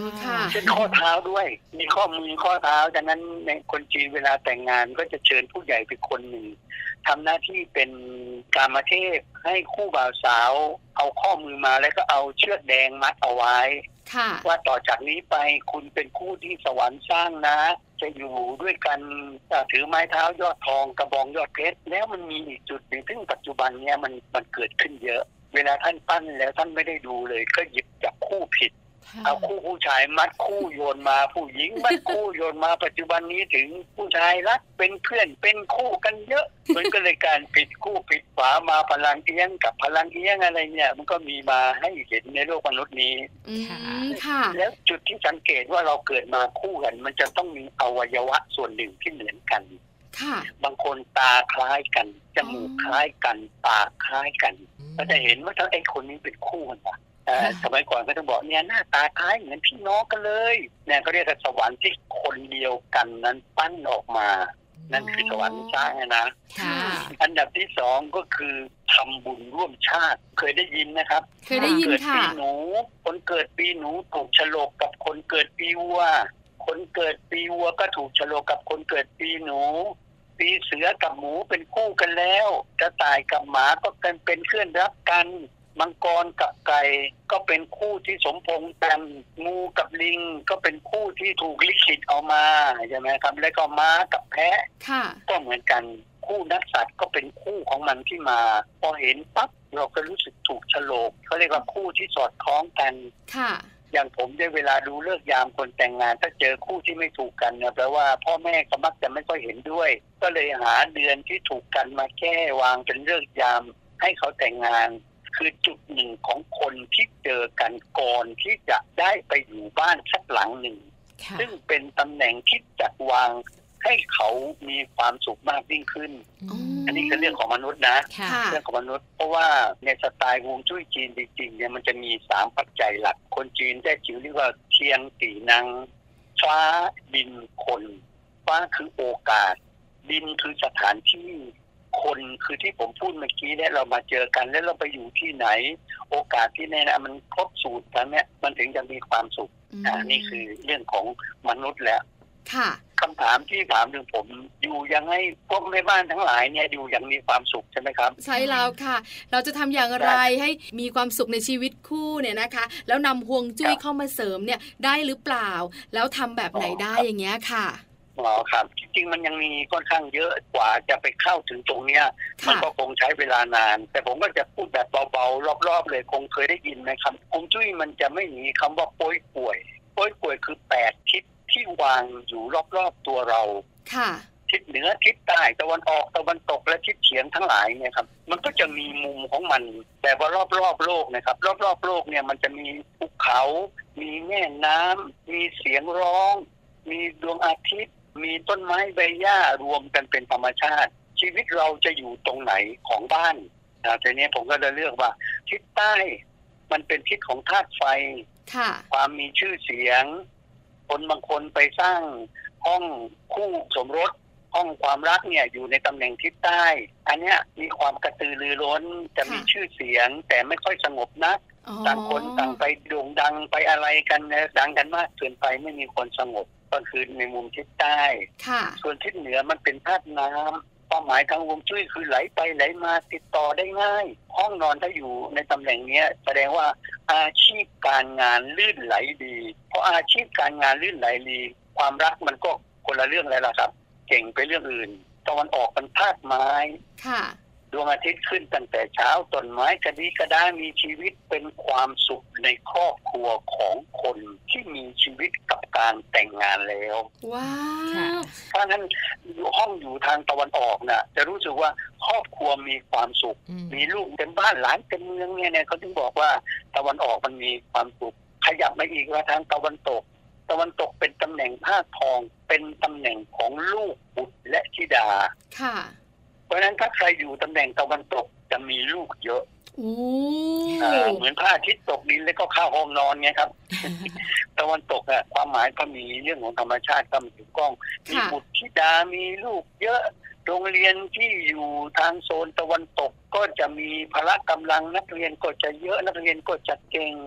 เช่นข้อเท้าด้วยมีข้อมือข้อเท้าดังนั้นในคนจีนเวลาแต่งงานก็จะเชิญผู้ใหญ่ไปคนหนึ่งทำหน้าที่เป็นกามเทพให้คู่บ่าวสาวเอาข้อมือมาแล้วก็เอาเชือกแดงมัดเอาไว้ว่าต่อจากนี้ไปคุณเป็นคู่ที่สวรรค์สร้างนะจะอยู่ด้วยกันถือไม้เท้ายอดทองกระบองยอดเพชรแล้วมันมีอีกจุดหนึ่งซึ่งปัจจุบันเนี้ยมันเกิดขึ้นเยอะเวลาท่านปั้นแล้วท่านไม่ได้ดูเลยก็หยิบจับคู่ผิดเอาคู่ผู้ชายมัดคู่โยนมาผู้หญิงมัดคู่โยนมาปัจจุบันนี้ถึงผู้ชายรักเป็นเพื่อนเป็นคู่กันเยอะมันก็เลยการปิดคู่ปิดฝามาพลังเอียงกับพลังเอียงอะไรเนี่ยมันก็มีมาให้เห็นในโลกมนุษย์นี้ค่ะแล้วจุดที่สังเกตว่าเราเกิดมาคู่กันมันจะต้องมีอวัยวะส่วนหนึ่งที่เหมือนกันบางคนตาคล้ายกันจมูกคล้ายกันปากคล้ายกันก็จะเห็นว่าทั้งไอ้คนนี้เป็นคู่กันนะสมัยก่อนก็จะบอกเนี่ยหน้าตาคล้ายเหมือนพี่น้องกันเลยเนี่ยเขาเรียกว่าสวรรค์ที่คนเดียวกันนั้นปั้นออกมานั่นคือสวรรค์สร้างนะอันดับที่สองก็คือทำบุญร่วมชาติเคยได้ยินนะครับเคยได้ยินค่ะปีหนูคนเกิดปีหนูถูกฉลกกับคนเกิดปีวัวคนเกิดปีวัวก็ถูกฉลกกับคนเกิดปีหนูปีเสือกับหมูเป็นคู่กันแล้วกระต่ายกับหมาก็เป็นเพื่อนรักกันมังกรกับไก่ก็เป็นคู่ที่สมพงษ์กันงูกับลิงก็เป็นคู่ที่ถูกลิขิตเอามาใช่ไหมครับแล้วก็ม้ากับแพะก็เหมือนกันคู่นักสัตว์ก็เป็นคู่ของมันที่มาพอเห็นปั๊บเราก็รู้สึกถูกฉลกเขาเรียกว่าคู่ที่สอดคล้องกันอย่างผมได้เวลาดูเลิกยามคนแต่งงานถ้าเจอคู่ที่ไม่ถูกกันเนี่ยแปลว่าพ่อแม่ก็มักจะไม่ค่อยเห็นด้วยก็เลยหาเดือนที่ถูกกันมาแก้วางเป็นเลิกยามให้เขาแต่งงานคือจุดหนึ่งของคนที่เจอกันก่อนที่จะได้ไปอยู่บ้านสักหลังหนึ่งซึ่งเป็นตำแหน่งที่จัดวางให้เขามีความสุขมากยิ่งขึ้นอันนี้คือเรื่องของมนุษย์นะเรื่องของมนุษย์เพราะว่าในสไตล์ฮวงจุ้ยจีนจริงๆเนี่ยมันจะมี3ปัจจัยหลักคนจีนได้จิ๋วเรียกว่าเทียงตีนังฟ้าดินคนฟ้าคือโอกาสดินคือสถานที่คนคือที่ผมพูดเมื่อกี้เนี่ยเรามาเจอกันแล้วเราไปอยู่ที่ไหนโอกาสที่แน่นะมันครบสูตรทั้งนี้มันถึงจะมีความสุขนี่คือเรื่องของมนุษย์แล้วคำถามที่ถามถึงผมอยู่ยังไงพวกแม่บ้านทั้งหลายเนี่ยอยู่อย่างมีความสุขใช่ไหมครับใช่แล้วค่ะเราจะทำอย่างไรให้มีความสุขในชีวิตคู่เนี่ยนะคะแล้วนำฮวงจุ้ยเข้ามาเสริมเนี่ยได้หรือเปล่าแล้วทำแบบไหนได้อย่างเงี้ยค่ะครับจริงๆมันยังมีค่อนข้างเยอะกว่าจะไปเข้าถึงตรงเนี้ยมันก็คงใช้เวลานานแต่ผมก็จะพูดแบบเบาๆรอบๆเลยคงเคยได้ยินไหมครับฮวงจุ้ยมันจะไม่มีคำว่าโป้ยป่วยคือ8ทิศที่วางอยู่รอบๆตัวเราทิศเหนือทิศใต้ตะวันออกตะวันตกและทิศเฉียงทั้งหลายเนี่ยครับมันก็จะมีมุมของมันแต่ว่ารอบๆโลกนะครับรอบๆโลกเนี่ยมันจะมีภูเขามีแม่น้ำมีเสียงร้องมีดวงอาทิตย์มีต้นไม้ใบหญ้ารวมกันเป็นธรรมชาติชีวิตเราจะอยู่ตรงไหนของบ้านทีนี้ผมก็จะเลือกว่าทิศใต้มันเป็นทิศของธาตุไฟความมีชื่อเสียงคนบางคนไปสร้างห้องคู่สมรสห้องความรักเนี่ยอยู่ในตำแหน่งทิศใต้อันเนี้ยมีความกระตือรือร้นจะมีชื่อเสียงแต่ไม่ค่อยสงบนักต่างคนต่างไปโด่งดังไปอะไรกันนะดังกันมากเกินไปไม่มีคนสงบก็คือในมุมทิศใต้ส่วนทิศเหนือมันเป็นธาตุน้ำความหมายทางฮวงจุ้ยคือไหลไปไหลมาติดต่อได้ง่ายห้องนอนถ้าอยู่ในตำแหน่งนี้แสดงว่าอาชีพการงานลื่นไหลดีเพราะอาชีพการงานลื่นไหลดีความรักมันก็คนละเรื่องเลยล่ะครับเก่งไปเรื่องอื่นตะวันออกเป็นธาตุไม้ดวงอาทิตย์ขึ้นตั้งแต่เช้าต้นไม้กระดิกระดามีชีวิตเป็นความสุขในครอบครัวของคนที่มีชีวิตกับการแต่งงานแล้วว้าวเพราะฉะนั้นห้องอยู่ทางตะวันออกน่ะจะรู้สึกว่าครอบครัวมีความสุขมีลูกเต็มบ้านหลานเต็มเมืองเนี่ยเขาถึงบอกว่าตะวันออกมันมีความสุขขยับมาอีกว่าทางตะวันตกเป็นตำแหน่งธาตุทองเป็นตำแหน่งของลูกบุตรและธิดาเพราะฉะนั้นถ้าใครอยู่ตำแหน่งตะวันตกจะมีลูกเยอะเหมือนพระอาทิตย์ตกดินแล้วก็เข้าห้องนอนไงครับ ตะวันตกอ่ะความหมายก็มีเรื่องของธรรมชาติก็มีถูกต้องมีบุตรธิดามีลูกเยอะโรงเรียนที่อยู่ทางโซนตะวันตกก็จะมีพละกำลังนักเรียนก็จะเยอะนักเรียนก็จะเก่ง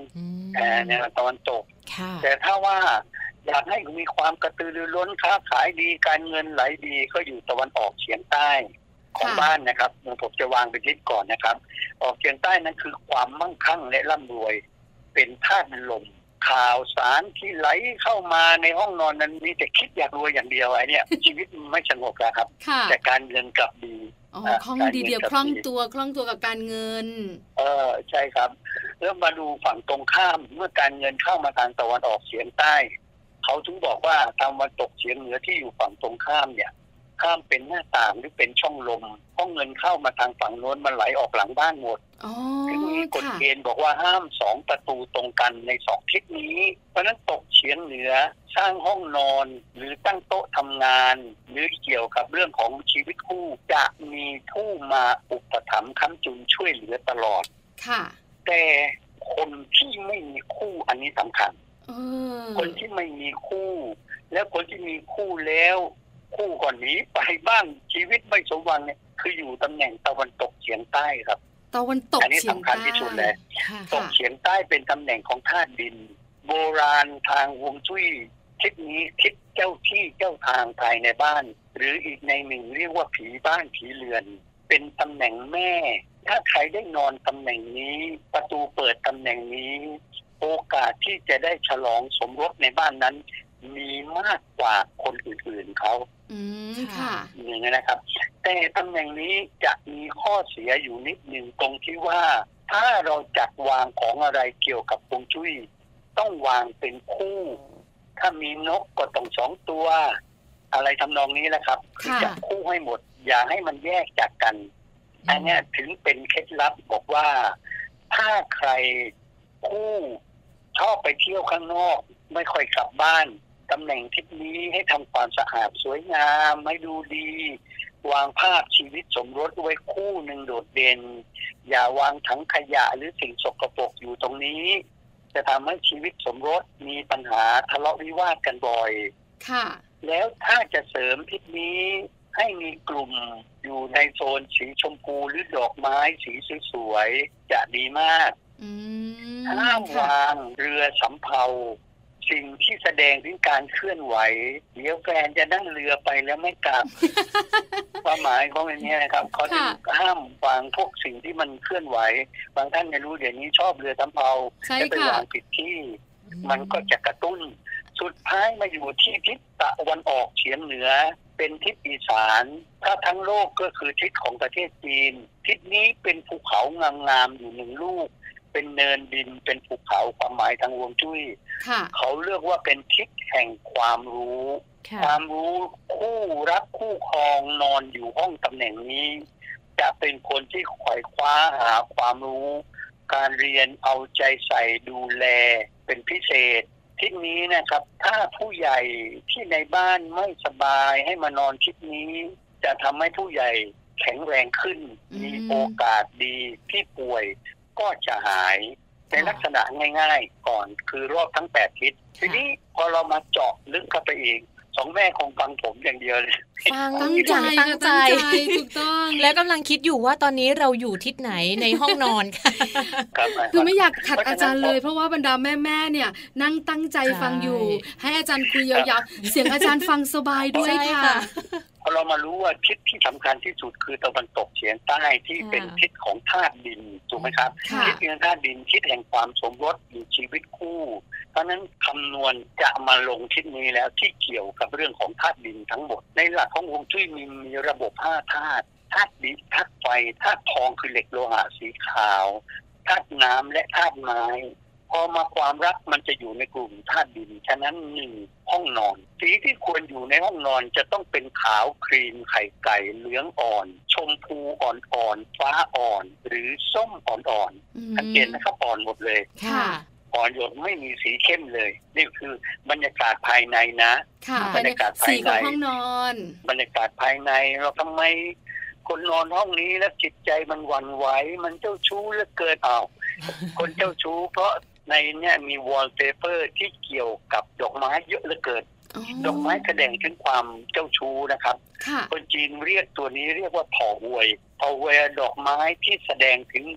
ในตะวันตกแต่ถ้าว่าอยากให้มีความกระตือรือร้นค้าขายดีการเงินไหลดีก็อยู่ตะวันออกเฉียงใต้ของบ้านนะครับผมจะวางเป็นทิศก่อนนะครับออกเฉียงใต้นั้นคือความมั่งคั่งและร่ำรวยเป็นธาตุลมข่าวสารที่ไหลเข้ามาในห้องนอนนั้นมีแต่คิดอยากรวยอย่างเดียวไอ้เนี่ย ชีวิตไม่สงบแล้วครับแต่การเงินกลับดีคล่องดีเดียวคล่องตัวกับการเงินใช่ครับแล้วมาดูฝั่งตรงข้ามเมื่อการเงินเข้ามาทางตะวันออกเฉียงใต้เขาถึงบอกว่าตะวันตกเฉียงเหนือที่อยู่ฝั่งตรงข้ามเนี่ยข้ามเป็นหน้าต่างหรือเป็นช่องลมห้องเงินเข้ามาทางฝั่งโน้นมันไหลออกหลังบ้านหมดถึงมีกฎเกณฑ์บอกว่าห้าม2ประตูตรงกันใน2ทิศนี้เพราะนั้นตกเฉียงเหนือสร้างห้องนอนหรือตั้งโต๊ะทำงานหรือเกี่ยวกับเรื่องของชีวิตคู่จะมีผู้มาอุปถัมภ์ค้ำจุนช่วยเหลือตลอดค่ะแต่คนที่ไม่มีคู่อันนี้สำคัญคนที่ไม่มีคู่แล้วคนที่มีคู่แล้วคู่ก่อนนี้ไปบ้างชีวิตไม่สมหวังเนี่ยคืออยู่ตำแหน่งตะวันตกเฉียงใต้ครับตะวันตกเฉียงใต้อันนี้สำคัญที่สุดเลยตกเฉียงใต้เป็นตำแหน่งของธาตุดินโบราณทางฮวงจุ้ยทิศนี้ทิศเจ้าที่เจ้าทางภายในบ้านหรืออีกในหนึ่งเรียกว่าผีบ้านผีเรือนเป็นตำแหน่งแม่ถ้าใครได้นอนตำแหน่งนี้ประตูเปิดตำแหน่งนี้โอกาสที่จะได้ฉลองสมรสในบ้านนั้นมีมากกว่าคนอื่นๆเขาค่ะอย่างนี้นะครับแต่ตำแหน่งนี้จะมีข้อเสียอยู่นิดหนึ่งตรงที่ว่าถ้าเราจัดวางของอะไรเกี่ยวกับฮวงจุ้ยต้องวางเป็นคู่ถ้ามีนกก็ต้อง2ตัวอะไรทำนองนี้แหละครับคือจัดคู่ให้หมดอย่าให้มันแยกจากกันอันนี้ถึงเป็นเคล็ดลับบอกว่าถ้าใครคู่ชอบไปเที่ยวข้างนอกไม่ค่อยกลับบ้านตำแหน่งทิศนี้ให้ทำความสะอาดสวยงามให้ดูดีวางภาพชีวิตสมรสไว้คู่หนึ่งโดดเด่นอย่าวางถังขยะหรือสิ่งสกปรกอยู่ตรงนี้จะทำให้ชีวิตสมรสมีปัญหาทะเลาะวิวาทกันบ่อยค่ะแล้วถ้าจะเสริมทิศนี้ให้มีกลุ่มอยู่ในโซนสีชมพูหรือดอกไม้สีสวยๆจะดีมากห้ามวางเรือสำเภาสิ่งที่แสดงถึงการเคลื่อนไหวเดี๋ยวแฟนจะนั่งเรือไปแล้วไม่กลับ ความหมายของอันนี้นะครับเขาจะห้ามวางพวกสิ่งที่มันเคลื่อนไหวบางท่านไม่รู้เดี๋ยวนี้ชอบเรือสำเภาจะไปวางผิดที่มันก็จะกระตุ้นสุดท้ายมาอยู่ที่ทิศตะวันออกเฉียงเหนือเป็นทิศอีสานถ้าทั้งโลกก็คือทิศของประเทศจีนทิศนี้เป็นภูเขางามๆอยู่1ลูกเป็นเนินดินเป็นภูเขาความหมายทางฮวงจุ้ยเขาเรียกว่าเป็นทิศแห่งความรู้คู่รักคู่ครองนอนอยู่ห้องตำแหน่งนี้จะเป็นคนที่ขวายคว้าหาความรู้การเรียนเอาใจใส่ดูแลเป็นพิเศษทิศนี้นะครับถ้าผู้ใหญ่ที่ในบ้านไม่สบายให้มานอนทิศนี้จะทำให้ผู้ใหญ่แข็งแรงขึ้นมีโอกาสดีที่ป่วยก็จะหายในลักษณะง่ายๆก่อนคือรอบทั้ง8ทิศทีนี้พอเรามาเจาะลึกเข้าไปเอง2แม่คงฟังผมอย่างเดียวเลยฟังตั้งใจถูกต้องแล้วกำลังคิดอยู่ว่าตอนนี้เราอยู่ทิศไหนในห้องนอนค่ะคือไม่อยากขัดอาจารย์เลยเพราะว่าบรรดาแม่ๆเนี่ยนั่งตั้งใจฟังอยู่ให้อาจารย์คุยยาวๆเสียงอาจารย์ฟังสบายด้วยค่ะพอเรามารู้ว่าทิศที่สำคัญที่สุดคือตะวันตกเฉียงใต้ที่เป็นทิศของธาตุดินถูกไหมครับทิศแห่งธาตุดินทิศแห่งความสมรสหรือชีวิตคู่เพราะนั้นคำนวณจะมาลงทิศนี้แล้วที่เกี่ยวกับเรื่องของธาตุดินทั้งหมดในหลักของฮวงจุ้ยมีระบบ5ธาตุธาตุดินธาตุไฟธาตุทองคือเหล็กโลหะสีขาวธาตุน้ำและธาตุไม้พอมาความรักมันจะอยู่ในกลุ่มธาตุดินฉะนั้น1ห้องนอนสีที่ควรอยู่ในห้องนอนจะต้องเป็นขาวครีมไข่ไก่เหลืองอ่อนชมพูอ่อนๆฟ้าอ่อนหรือส้มอ่อนๆสังเกตนะครับอ่อนหมดเลยอ่อนหยดไม่มีสีเข้มเลยนี่คือบรรยากาศภายในนะบรรยากาศภายในห้องนอนบรรยากาศภายในเราทำไมคนนอนห้องนี้แล้วจิตใจมันหวั่นไหวมันเจ้าชู้เหลือเกินคนเจ้าชู้เพราะในนี้มีวอลเปเปอร์ที่เกี่ยวกับดอกไม้เยอะเหลือเกินดอกไม้แสดงถึงความเจ้าชู้นะครับคนจีนเรียกตัวนี้เรียกว่าเถาหวยดอกไม้ที่แสดงถึง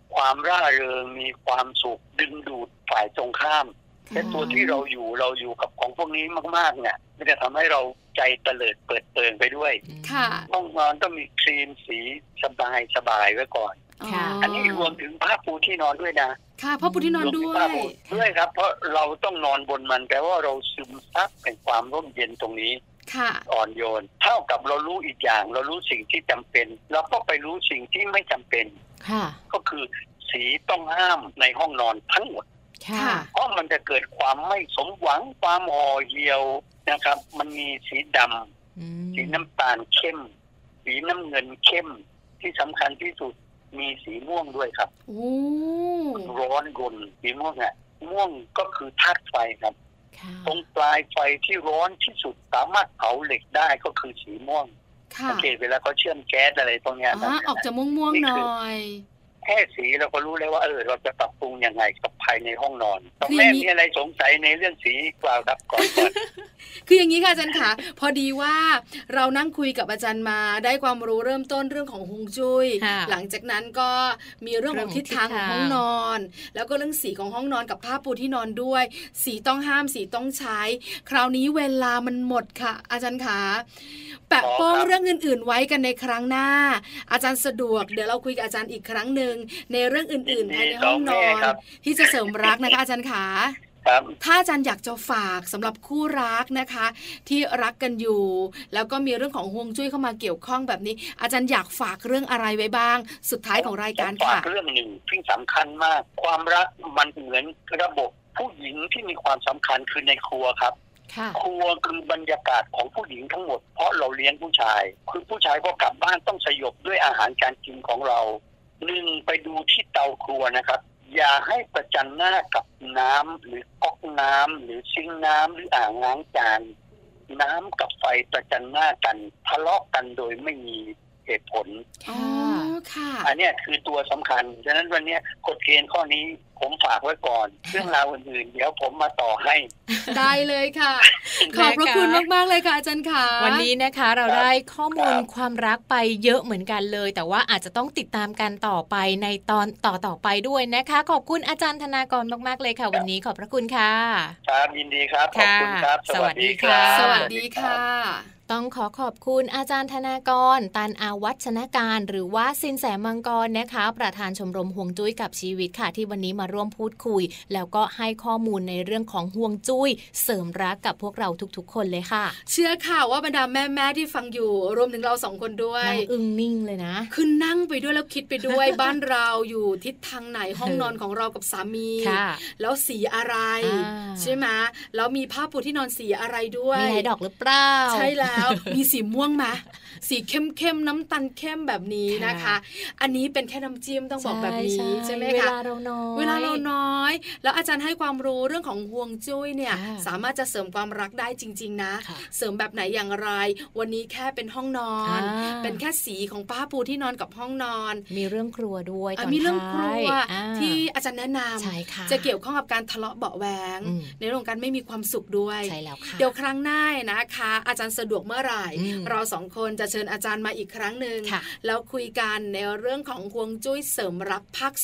ความร่าเริงมีความสุขดึงดูดฝ่ายตรงข้ามแต่ตัวที่เราอยู่กับของพวกนี้มากๆเนี่ยมันจะทำให้เราใจเตลิดเปิดเปิงไปด้วยห้องนอนต้องมีครีมสีสบายไว้ก่อนอันนี้รวมถึงผ้าปูที่นอนด้วยนะค่ะผ้าปูที่นอนด้วยครับเพราะเราต้องนอนบนมันแปลว่าเราซึมซับเป็นความร่มเย็นตรงนี้อ่อนโยนเท่ากับเรารู้อีกอย่างเรารู้สิ่งที่จำเป็นเราก็ไปรู้สิ่งที่ไม่จำเป็นก็คือสีต้องห้ามในห้องนอนทั้งหมดเพราะมันจะเกิดความไม่สมหวังความห่อเหี่ยวนะครับมันมีสีดำสีน้ำตาลเข้มสีน้ำเงินเข้มที่สำคัญที่สุดมีสีม่วงด้วยครับร้อนกลสีม่วงเนี่ยม่วงก็คือธาตุไฟครับตรงปลายไฟที่ร้อนที่สุดสามารถเผาเหล็กได้ก็คือสีม่วงสังเกตเวลาเขาเชื่อมแก๊สอะไรตรงเนี้ยออกจะม่วงๆหน่อยแค่สีเราก็รู้เลยว่าเราจะปรับปรุงยังไงกับภายในห้องนอนต้องแม่มีอะไรสงสัยในเรื่องสีกล่าวครับก่อนคืออย่างนี้ค่ะอาจารย์ค่ะพอดีว่าเรานั่งคุยกับอาจารย์มาได้ความรู้เริ่มต้นเรื่องของฮวงจุ้ยหลังจากนั้นก็มีเรื่องของทิศทางของห้องนอนแล้วก็เรื่องสีของห้องนอนกับผ้าปูที่นอนด้วยสีต้องห้ามสีต้องใช้คราวนี้เวลามันหมดค่ะอาจารย์ค่ะแปะป้องเรื่องอื่นๆไว้กันในครั้งหน้าอาจารย์สะดวกเดี๋ยวเราคุยกับอาจารย์อีกครั้งนึงในเรื่องอื่นๆภายในห้องนอนที่จะเสริมรักนะคะอาจารย์ขาถ้าอาจารย์อยากจะฝากสำหรับคู่รักนะคะที่รักกันอยู่แล้วก็มีเรื่องของฮวงจุ้ยเข้ามาเกี่ยวข้องแบบนี้อาจารย์อยากฝากเรื่องอะไรไว้บ้างสุดท้ายของรายการค่ะฝากเรื่องหนึ่งที่สำคัญมากความรักมันเหมือนระบบผู้หญิงที่มีความสำคัญคือในครัวครับครัวคือบรรยากาศของผู้หญิงทั้งหมดเพราะเราเลี้ยงผู้ชายคือผู้ชายพอกลับบ้านต้องสยบด้วยอาหารการกินของเราไปดูที่เตาครัวนะครับอย่าให้ประจันหน้ากับน้ำหรือก๊อกน้ำหรือซิงค์น้ำหรืออ่างล้างจานน้ำกับไฟประจันหน้ากันทะเลาะกันโดยไม่มีเหตุผลอันนี้คือตัวสำคัญฉะนั้นวันนี้กฎเกณฑ์ข้อนี้ผมฝากไว้ก่อนเรื่องราวอื่นๆเดี๋ยวผมมาต่อให้ได้เลยค่ะขอบพระคุณมากๆเลยค่ะอาจารย์ค่ะวันนี้นะคะเราได้ข้อมูลความรักไปเยอะเหมือนกันเลยแต่ว่าอาจจะต้องติดตามกันต่อไปในตอนต่อไปด้วยนะคะขอบคุณอาจารย์ธนากรมากๆเลยค่ะวันนี้ขอบพระคุณค่ะครับยินดีครับขอบคุณครับสวัสดีค่ะสวัสดีค่ะต้องขอบคุณอาจารย์ธนากรตันอาวัชนการหรือว่าสินแสมังกรนะคะประธานชมรมฮวงจุ้ยกับชีวิตค่ะที่วันนี้มาร่วมพูดคุยแล้วก็ให้ข้อมูลในเรื่องของฮวงจุ้ยเสริมรักกับพวกเราทุกๆคนเลยค่ะเชื่อค่ะว่าบรรดาแม่ๆที่ฟังอยู่รวมถึงเรา2คนด้วยนั่งอึ้งนิ่งเลยนะคือนั่งไปด้วยแล้วคิดไปด้วย บ้านเราอยู่ทิศทางไหนห้องนอนของเรากับสามีแล้วสีอะไรใช่ไหมแล้วมีผ้าปูที่นอนสีอะไรด้วยมีลายดอกหรือเปล่าใช่แล้วมีสีม่วงไหมสีเข้มน้ำตาลเข้มแบบนี้นะคะอันนี้เป็นแค่น้ำจิ้มต้องบอกแบบนี้ใช่ไหมคะเวลาเราน้อยแล้วอาจารย์ให้ความรู้เรื่องของฮวงจุ้ยเนี่ยสามารถจะเสริมความรักได้จริงๆนะเสริมแบบไหนอย่างไรวันนี้แค่เป็นห้องนอนเป็นแค่สีของผ้าปูที่นอนกับห้องนอนมีเรื่องครัวด้วยมีเรื่องครัวที่อาจารย์แนะนำจะเกี่ยวข้องกับการทะเลาะเบาะแว้งในเรื่องการไม่มีความสุขด้วยเดี๋ยวครั้งหน้านะคะอาจารย์สะดวกเมื่อไหร่เรา2คนจะเชิญอาจารย์มาอีกครั้งนึงแล้วคุยกันในเรื่องของฮวงจุ้ยเสริมรักภาค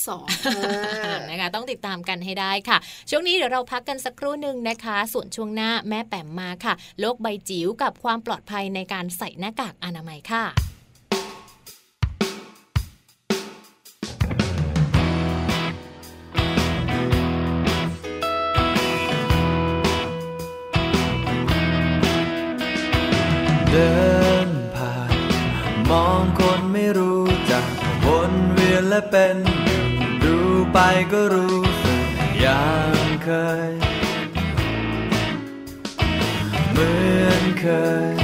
2 นะคะต้องติดตามกันให้ได้ค่ะช่วงนี้เดี๋ยวเราพักกันสักครู่นึงนะคะส่วนช่วงหน้าแม่แป๋มมาค่ะโลกใบจิ๋วกับความปลอดภัยในการใส่หน้ากากอนามัยค่ะเดินผ่านมองคนไม่รู้จักวนเวียนและเป็นดูไปก็รู้สึกอย่างเคยเหมือนเคย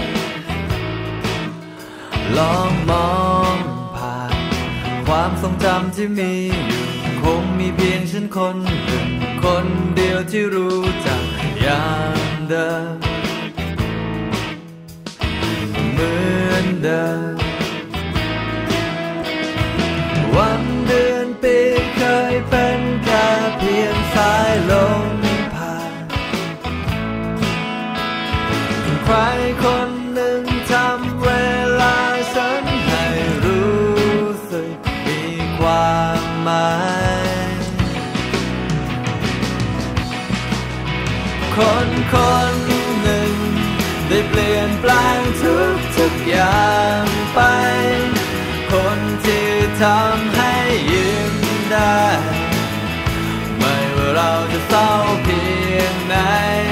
ลองมองผ่านความทรงจำที่มีอยู่คงมีเพียงฉันคนหนึ่งคนเดียวที่รู้จักอย่างเดิมเหมือนเดิมวันเดือนปีเคยเป็นแค่เพียงสายลมผ่านใครคนหนึ่งทำเวลาฉันให้รู้สึกมีความหมายได้เปลี่ยนแปลงทุกอย่างไปคนที่ทำให้ยิ้มได้ไม่ว่าเราจะเศร้าเพียงไหน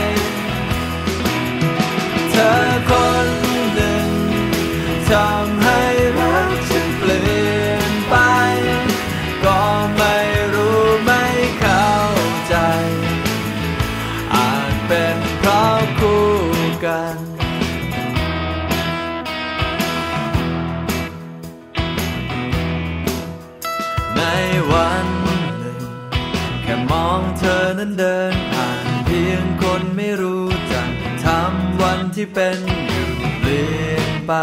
เธอคนหนึ่งทำให้รักฉันเปลี่ยนไปก็ไม่รู้ไม่เข้าใจอาจเป็นเพราะคู่กันในวันหนึ่งแค่มองเธอนั้นเดินผ่านเพียงคนไม่รู้จักทำวันที่เป็นอยู่เปลี่ยนไป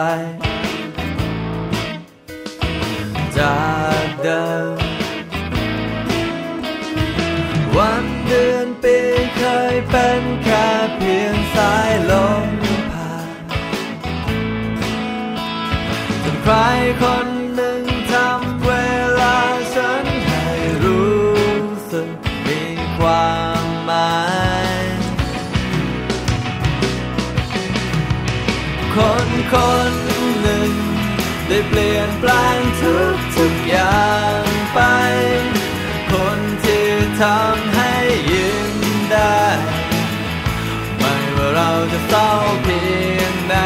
จากเดิมวันเดือนปีเคยเป็นแค่เพียงสายลมผ่านจนใครคนหนึ่งทำเวลาฉันให้รู้สึกมีความหมายคนหนึ่งได้เปลี่ยนแปลงทุกอย่างไปคนที่ทำให้ยิ้มได้ไม่ว่าเราจะเศร้าเพียงไหน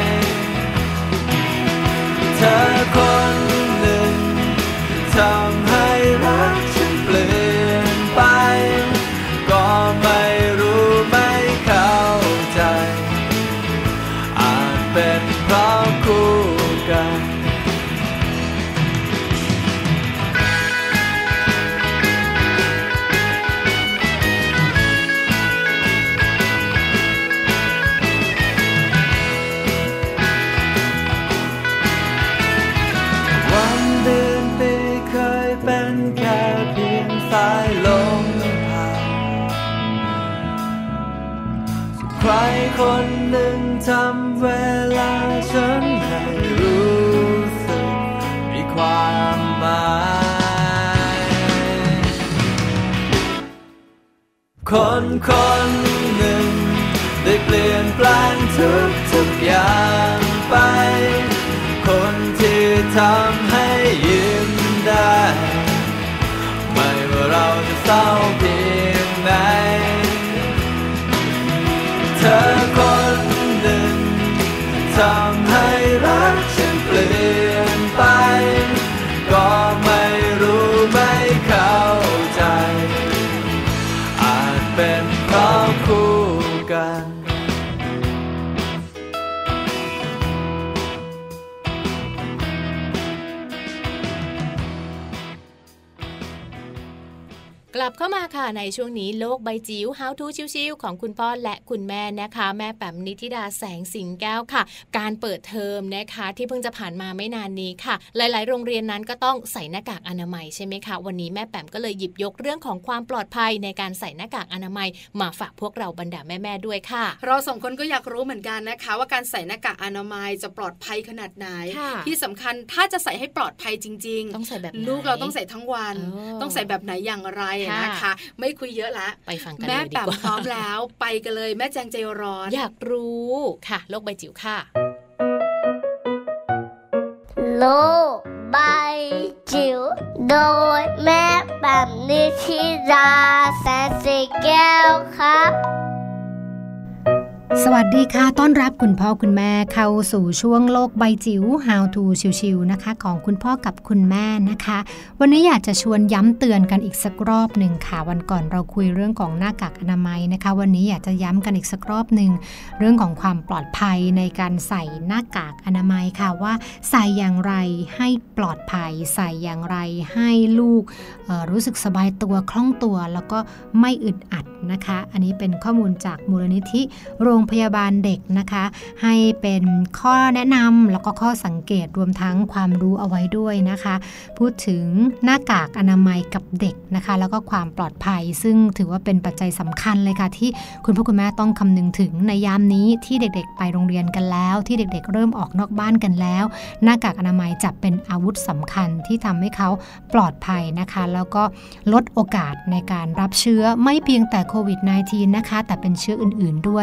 เธอคนหนึ่งทำให้รักฉันเปลี่ยนไปก็ไม่รู้ไม่เข้าใจอาจเป็นเพราะคู่กันวันเดือนปีเคยเป็นแค่เพียงสายลมผ่านใครคนหนึ่งทำเวลาฉันให้รู้สึกมีความหมายคนหนึ่งได้เปลี่ยนแปลงทุกอย่างไปคนที่ทำให้ยิ้มได้ไม่ว่าเราจะเศร้าเพียงไหนเธอคนหนึ่งทำให้รักฉันเปลี่ยนไปก็ไม่รู้ไม่เข้าใจอาจเป็นเพราะคู่กันกลับเข้ามาค่ะในช่วงนี้โลกใบจิ๋ว How to ชิวๆของคุณพ่อและคุณแม่นะคะแม่แป๋มนิธิดาแสงสิงแก้วค่ะการเปิดเทอมนะคะที่เพิ่งจะผ่านมาไม่นานนี้ค่ะหลายๆโรงเรียนนั้นก็ต้องใส่หน้ากากอนามัยใช่ไหมคะวันนี้แม่แป๋มก็เลยหยิบยกเรื่องของความปลอดภัยในการใส่หน้ากากอนามัยมาฝากพวกเราบรรดาแม่ๆด้วยค่ะเราสองคนก็อยากรู้เหมือนกันนะคะว่าการใส่หน้ากากอนามัยจะปลอดภัยขนาดไหนที่สำคัญถ้าจะใส่ให้ปลอดภัยจริงๆต้องใส่แบบลูกเราต้องใส่ทั้งวันต้องใส่แบบไหนอย่างไรนะคะไม่คุยเยอะละไปฟังกันเลยดีกว่าแม่แป๋มพร้อมแล้วไปกันเลยแม่แจงใจร้อนอยากรู้ค่ะโลกใบจิ๋วค่ะโลกใบจิ๋วโดยแม่แป๋มนิธิดาแสงสีแก้วครับสวัสดีค่ะต้อนรับคุณพ่อคุณแม่เข้าสู่ช่วงโลกใบจิ๋ว How to ชิวๆนะคะของคุณพ่อกับคุณแม่นะคะวันนี้อยากจะชวนย้ำเตือนกันอีกสักรอบหนึ่งค่ะวันก่อนเราคุยเรื่องของหน้ากากอนามัยนะคะวันนี้อยากจะย้ำกันอีกสักรอบหนึ่งเรื่องของความปลอดภัยในการใส่หน้ากากอนามัยค่ะว่าใส่อย่างไรให้ปลอดภัยใส่อย่างไรให้ลูกรู้สึกสบายตัวคล่องตัวแล้วก็ไม่อึดอัดนะคะอันนี้เป็นข้อมูลจากมูลนิธิโรงพยาบาลเด็กนะคะให้เป็นข้อแนะนำแล้วก็ข้อสังเกตรวมทั้งความรู้เอาไว้ด้วยนะคะพูดถึงหน้ากากอนามัยกับเด็กนะคะแล้วก็ความปลอดภัยซึ่งถือว่าเป็นปัจจัยสำคัญเลยค่ะที่คุณพ่อคุณแม่ต้องคำนึงถึงในยามนี้ที่เด็กๆไปโรงเรียนกันแล้วที่เด็กๆเริ่มออกนอกบ้านกันแล้วหน้ากากอนามัยจะเป็นอาวุธสำคัญที่ทำให้เขาปลอดภัยนะคะแล้วก็ลดโอกาสในการรับเชื้อไม่เพียงแต่โควิด -19 นะคะแต่เป็นเชื้ออื่นๆด้วยยิ่ง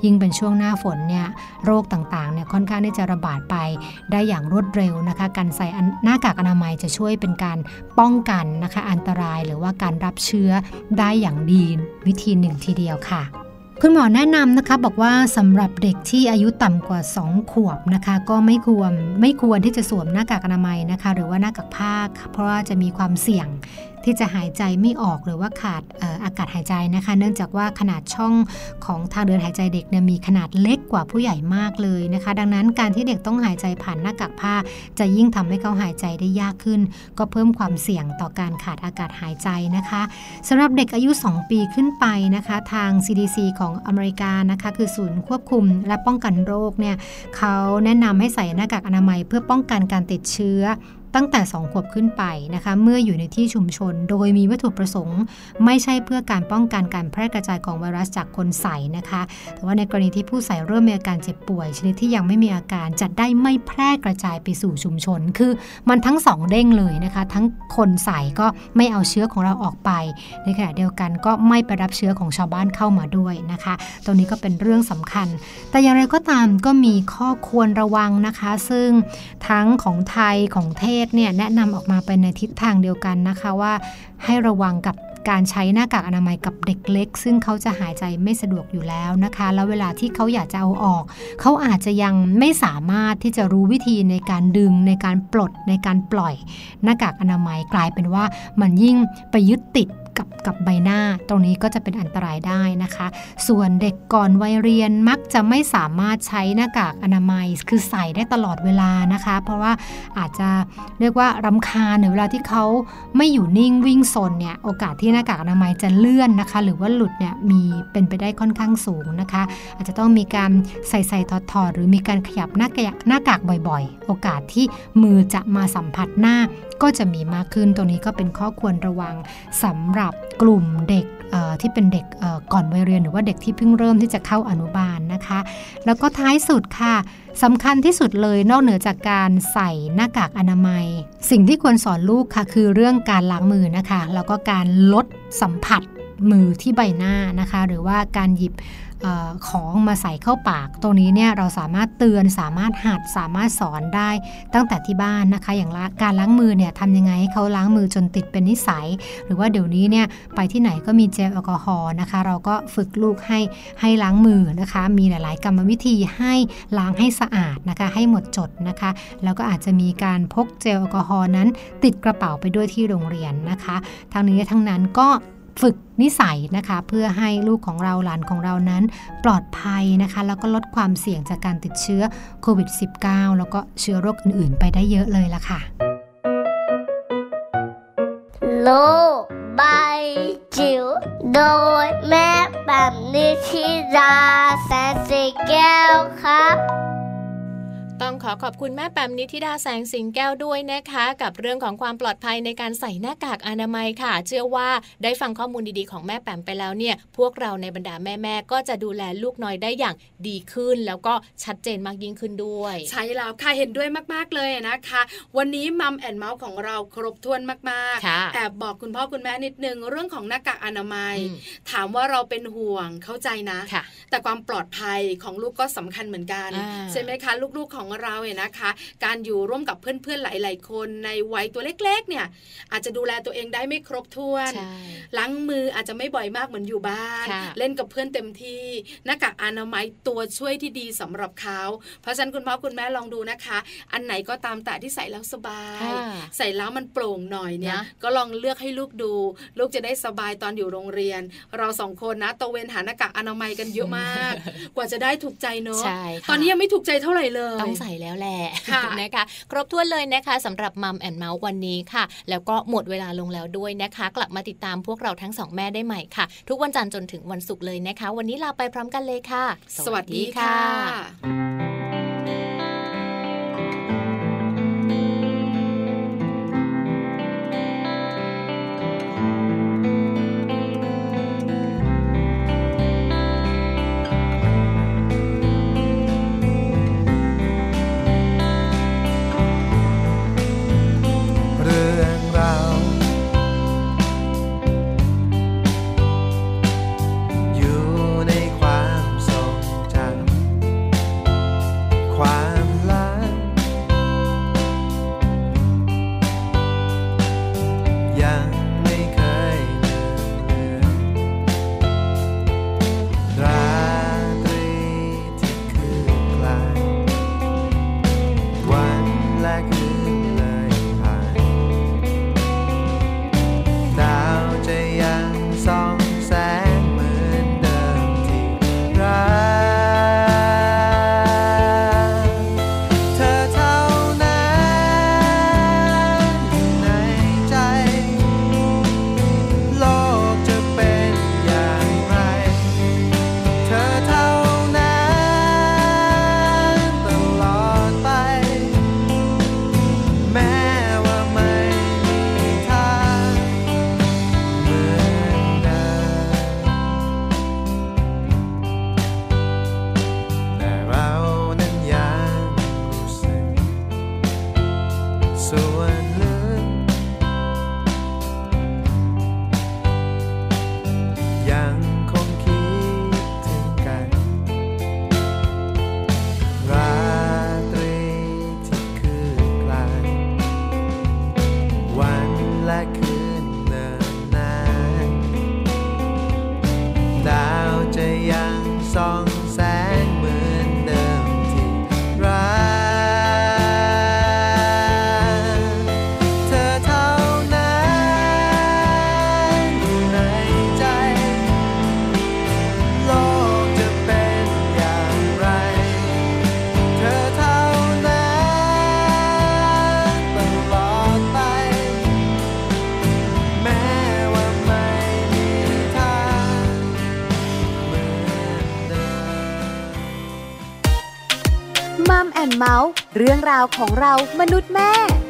ยิ่งเป็นช่วงหน้าฝนเนี่ยโรคต่างๆเนี่ยค่อนข้างที่จะระบาดไปได้อย่างรวดเร็วนะคะการใส่หน้ากากอนามัยจะช่วยเป็นการป้องกันนะคะอันตรายหรือว่าการรับเชื้อได้อย่างดีวิธีหนึ่งทีเดียวค่ะคุณหมอแนะนำนะคะบอกว่าสำหรับเด็กที่อายุต่ำกว่า2ขวบนะคะก็ไม่ควรที่จะสวมหน้ากากอนามัยนะคะหรือว่าหน้ากากผ้าเพราะว่าจะมีความเสี่ยงที่จะหายใจไม่ออกหรือว่าขาดอากาศหายใจนะคะเนื่องจากว่าขนาดช่องของทางเดินหายใจเด็กเนี่ยมีขนาดเล็กกว่าผู้ใหญ่มากเลยนะคะดังนั้นการที่เด็กต้องหายใจผ่านหน้ากากผ้าจะยิ่งทำให้เขาหายใจได้ยากขึ้นก็เพิ่มความเสี่ยงต่อการขาดอากาศหายใจนะคะสำหรับเด็กอายุ2ปีขึ้นไปนะคะทาง CDC ของอเมริกานะคะคือศูนย์ควบคุมและป้องกันโรคเนี่ยเขาแนะนำให้ใส่หน้ากากอนามัยเพื่อป้องกันการติดเชื้อตั้งแต่2ขวบขึ้นไปนะคะเมื่ออยู่ในที่ชุมชนโดยมีวัตถุประสงค์ไม่ใช่เพื่อการป้องกันการแพร่กระจายของไวรัสจากคนใส่นะคะแต่ว่าในกรณีที่ผู้ใส่เริ่มมีอาการเจ็บป่วยชนิดที่ยังไม่มีอาการจะได้ไม่แพร่กระจายไปสู่ชุมชนคือมันทั้ง2เด้งเลยนะคะทั้งคนใส่ก็ไม่เอาเชื้อของเราออกไปในขณะเดียวกันก็ไม่ไปรับเชื้อของชาวบ้านเข้ามาด้วยนะคะตรงนี้ก็เป็นเรื่องสำคัญแต่อย่างไรก็ตามก็มีข้อควรระวังนะคะซึ่งทั้งของไทยของเทศเนี่ยแนะนำออกมาไปในทิศทางเดียวกันนะคะว่าให้ระวังกับการใช้หน้ากากอนามัยกับเด็กเล็กซึ่งเขาจะหายใจไม่สะดวกอยู่แล้วนะคะแล้วเวลาที่เขาอยากจะเอาออกเขาอาจจะยังไม่สามารถที่จะรู้วิธีในการดึงในการปลดในการปล่อยหน้ากากอนามัยกลายเป็นว่ามันยิ่งไปยึดติดกับใบหน้าตรงนี้ก็จะเป็นอันตรายได้นะคะส่วนเด็กก่อนวัยเรียนมักจะไม่สามารถใช้หน้ากากอนามัยคือใส่ได้ตลอดเวลานะคะเพราะว่าอาจจะเรียกว่ารำคาญในเวลาที่เขาไม่อยู่นิ่งวิ่งซนเนี่ยโอกาสที่หน้ากากอนามัยจะเลื่อนนะคะหรือว่าหลุดเนี่ยมีเป็นไปได้ค่อนข้างสูงนะคะอาจจะต้องมีการใส่ถอดหรือมีการขยับหน้ากากบ่อยๆโอกาสที่มือจะมาสัมผัสหน้าก็จะมีมากขึ้นตรงนี้ก็เป็นข้อควรระวังสำหรับกลุ่มเด็กที่เป็นเด็กก่อนวัยเรียนหรือว่าเด็กที่เพิ่งเริ่มที่จะเข้าอนุบาลนะคะแล้วก็ท้ายสุดค่ะสำคัญที่สุดเลยนอกเหนือจากการใส่หน้ากากอนามัยสิ่งที่ควรสอนลูกค่ะคือเรื่องการล้างมือนะคะแล้วก็การลดสัมผัสมือที่ใบหน้านะคะหรือว่าการหยิบของมาใส่เข้าปากตรงนี้เนี่ยเราสามารถเตือนสามารถหัดสามารถสอนได้ตั้งแต่ที่บ้านนะคะอย่างการล้างมือเนี่ยทำยังไงให้เขาล้างมือจนติดเป็นนิสัยหรือว่าเดี๋ยวนี้เนี่ยไปที่ไหนก็มีเจลแอลกอฮอล์นะคะเราก็ฝึกลูกให้ล้างมือนะคะมีหลายๆกรรมวิธีให้ล้างให้สะอาดนะคะให้หมดจดนะคะแล้วก็อาจจะมีการพกเจลแอลกอฮอล์นั้นติดกระเป๋าไปด้วยที่โรงเรียนนะคะทั้งนี้ทั้งนั้นก็ฝึกนิสัยนะคะเพื่อให้ลูกของเราหลานของเรานั้นปลอดภัยนะคะแล้วก็ลดความเสี่ยงจากการติดเชื้อโควิด -19 แล้วก็เชื้อโรคอื่นๆไปได้เยอะเลยละค่ะโลกใบจิ๋วโดยแม่แบบนิชิราแสนสีแก้วครับต้องขอบคุณแม่แปมนิธิดาแสงสิงแก้วด้วยนะคะกับเรื่องของความปลอดภัยในการใส่หน้ากากอนามัยค่ะเชื่อว่าได้ฟังข้อมูลดีๆของแม่แปมไปแล้วเนี่ยพวกเราในบรรดาแม่ๆก็จะดูแลลูกน้อยได้อย่างดีขึ้นแล้วก็ชัดเจนมากยิ่งขึ้นด้วยใช่แล้วค่ะเห็นด้วยมากๆเลยนะคะวันนี้มัมแอนด์เมาส์ของเราครบถ้วนมากๆแอบบอกคุณพ่อคุณแม่นิดนึงเรื่องของหน้ากากอนามัยถามว่าเราเป็นห่วงเข้าใจนะแต่ความปลอดภัยของลูกก็สำคัญเหมือนกันใช่ไหมคะลูกๆของเราเนี่ยนะคะการอยู่ร่วมกับเพื่อนๆหลายๆคนในวัยตัวเล็กๆเนี่ยอาจจะดูแลตัวเองได้ไม่ครบถ้วนล้างมืออาจจะไม่บ่อยมากเหมือนอยู่บ้านเล่นกับเพื่อนเต็มที่หน้ากากอนามัยตัวช่วยที่ดีสำหรับเขาเพราะฉะนั้นคุณพ่อคุณแม่ลองดูนะคะอันไหนก็ตามแต่ที่ใส่แล้วสบายใส่แล้วมันโปร่งหน่อยเนี่ยก็ลองเลือกให้ลูกดูลูกจะได้สบายตอนอยู่โรงเรียนเราสองคนนะตะเวนหาหน้ากากอนามัยกันเยอะมากกว่าจะได้ถูกใจเนอะตอนนี้ยังไม่ถูกใจเท่าไหร่เลยต้องใส่แล้วแหละนะคะครบถ้วนเลยนะคะสำหรับมัมแอนด์เมาส์วันนี้ค่ะแล้วก็หมดเวลาลงแล้วด้วยนะคะกลับมาติดตามพวกเราทั้งสองแม่ได้ใหม่ค่ะทุกวันจันทร์จนถึงวันศุกร์เลยนะคะวันนี้ลาไปพร้อมกันเลยค่ะสวัสดีค่ะอยู่ในความทรงจำมัมแอนด์เมาส์เรื่องราวของเรามนุษย์แม่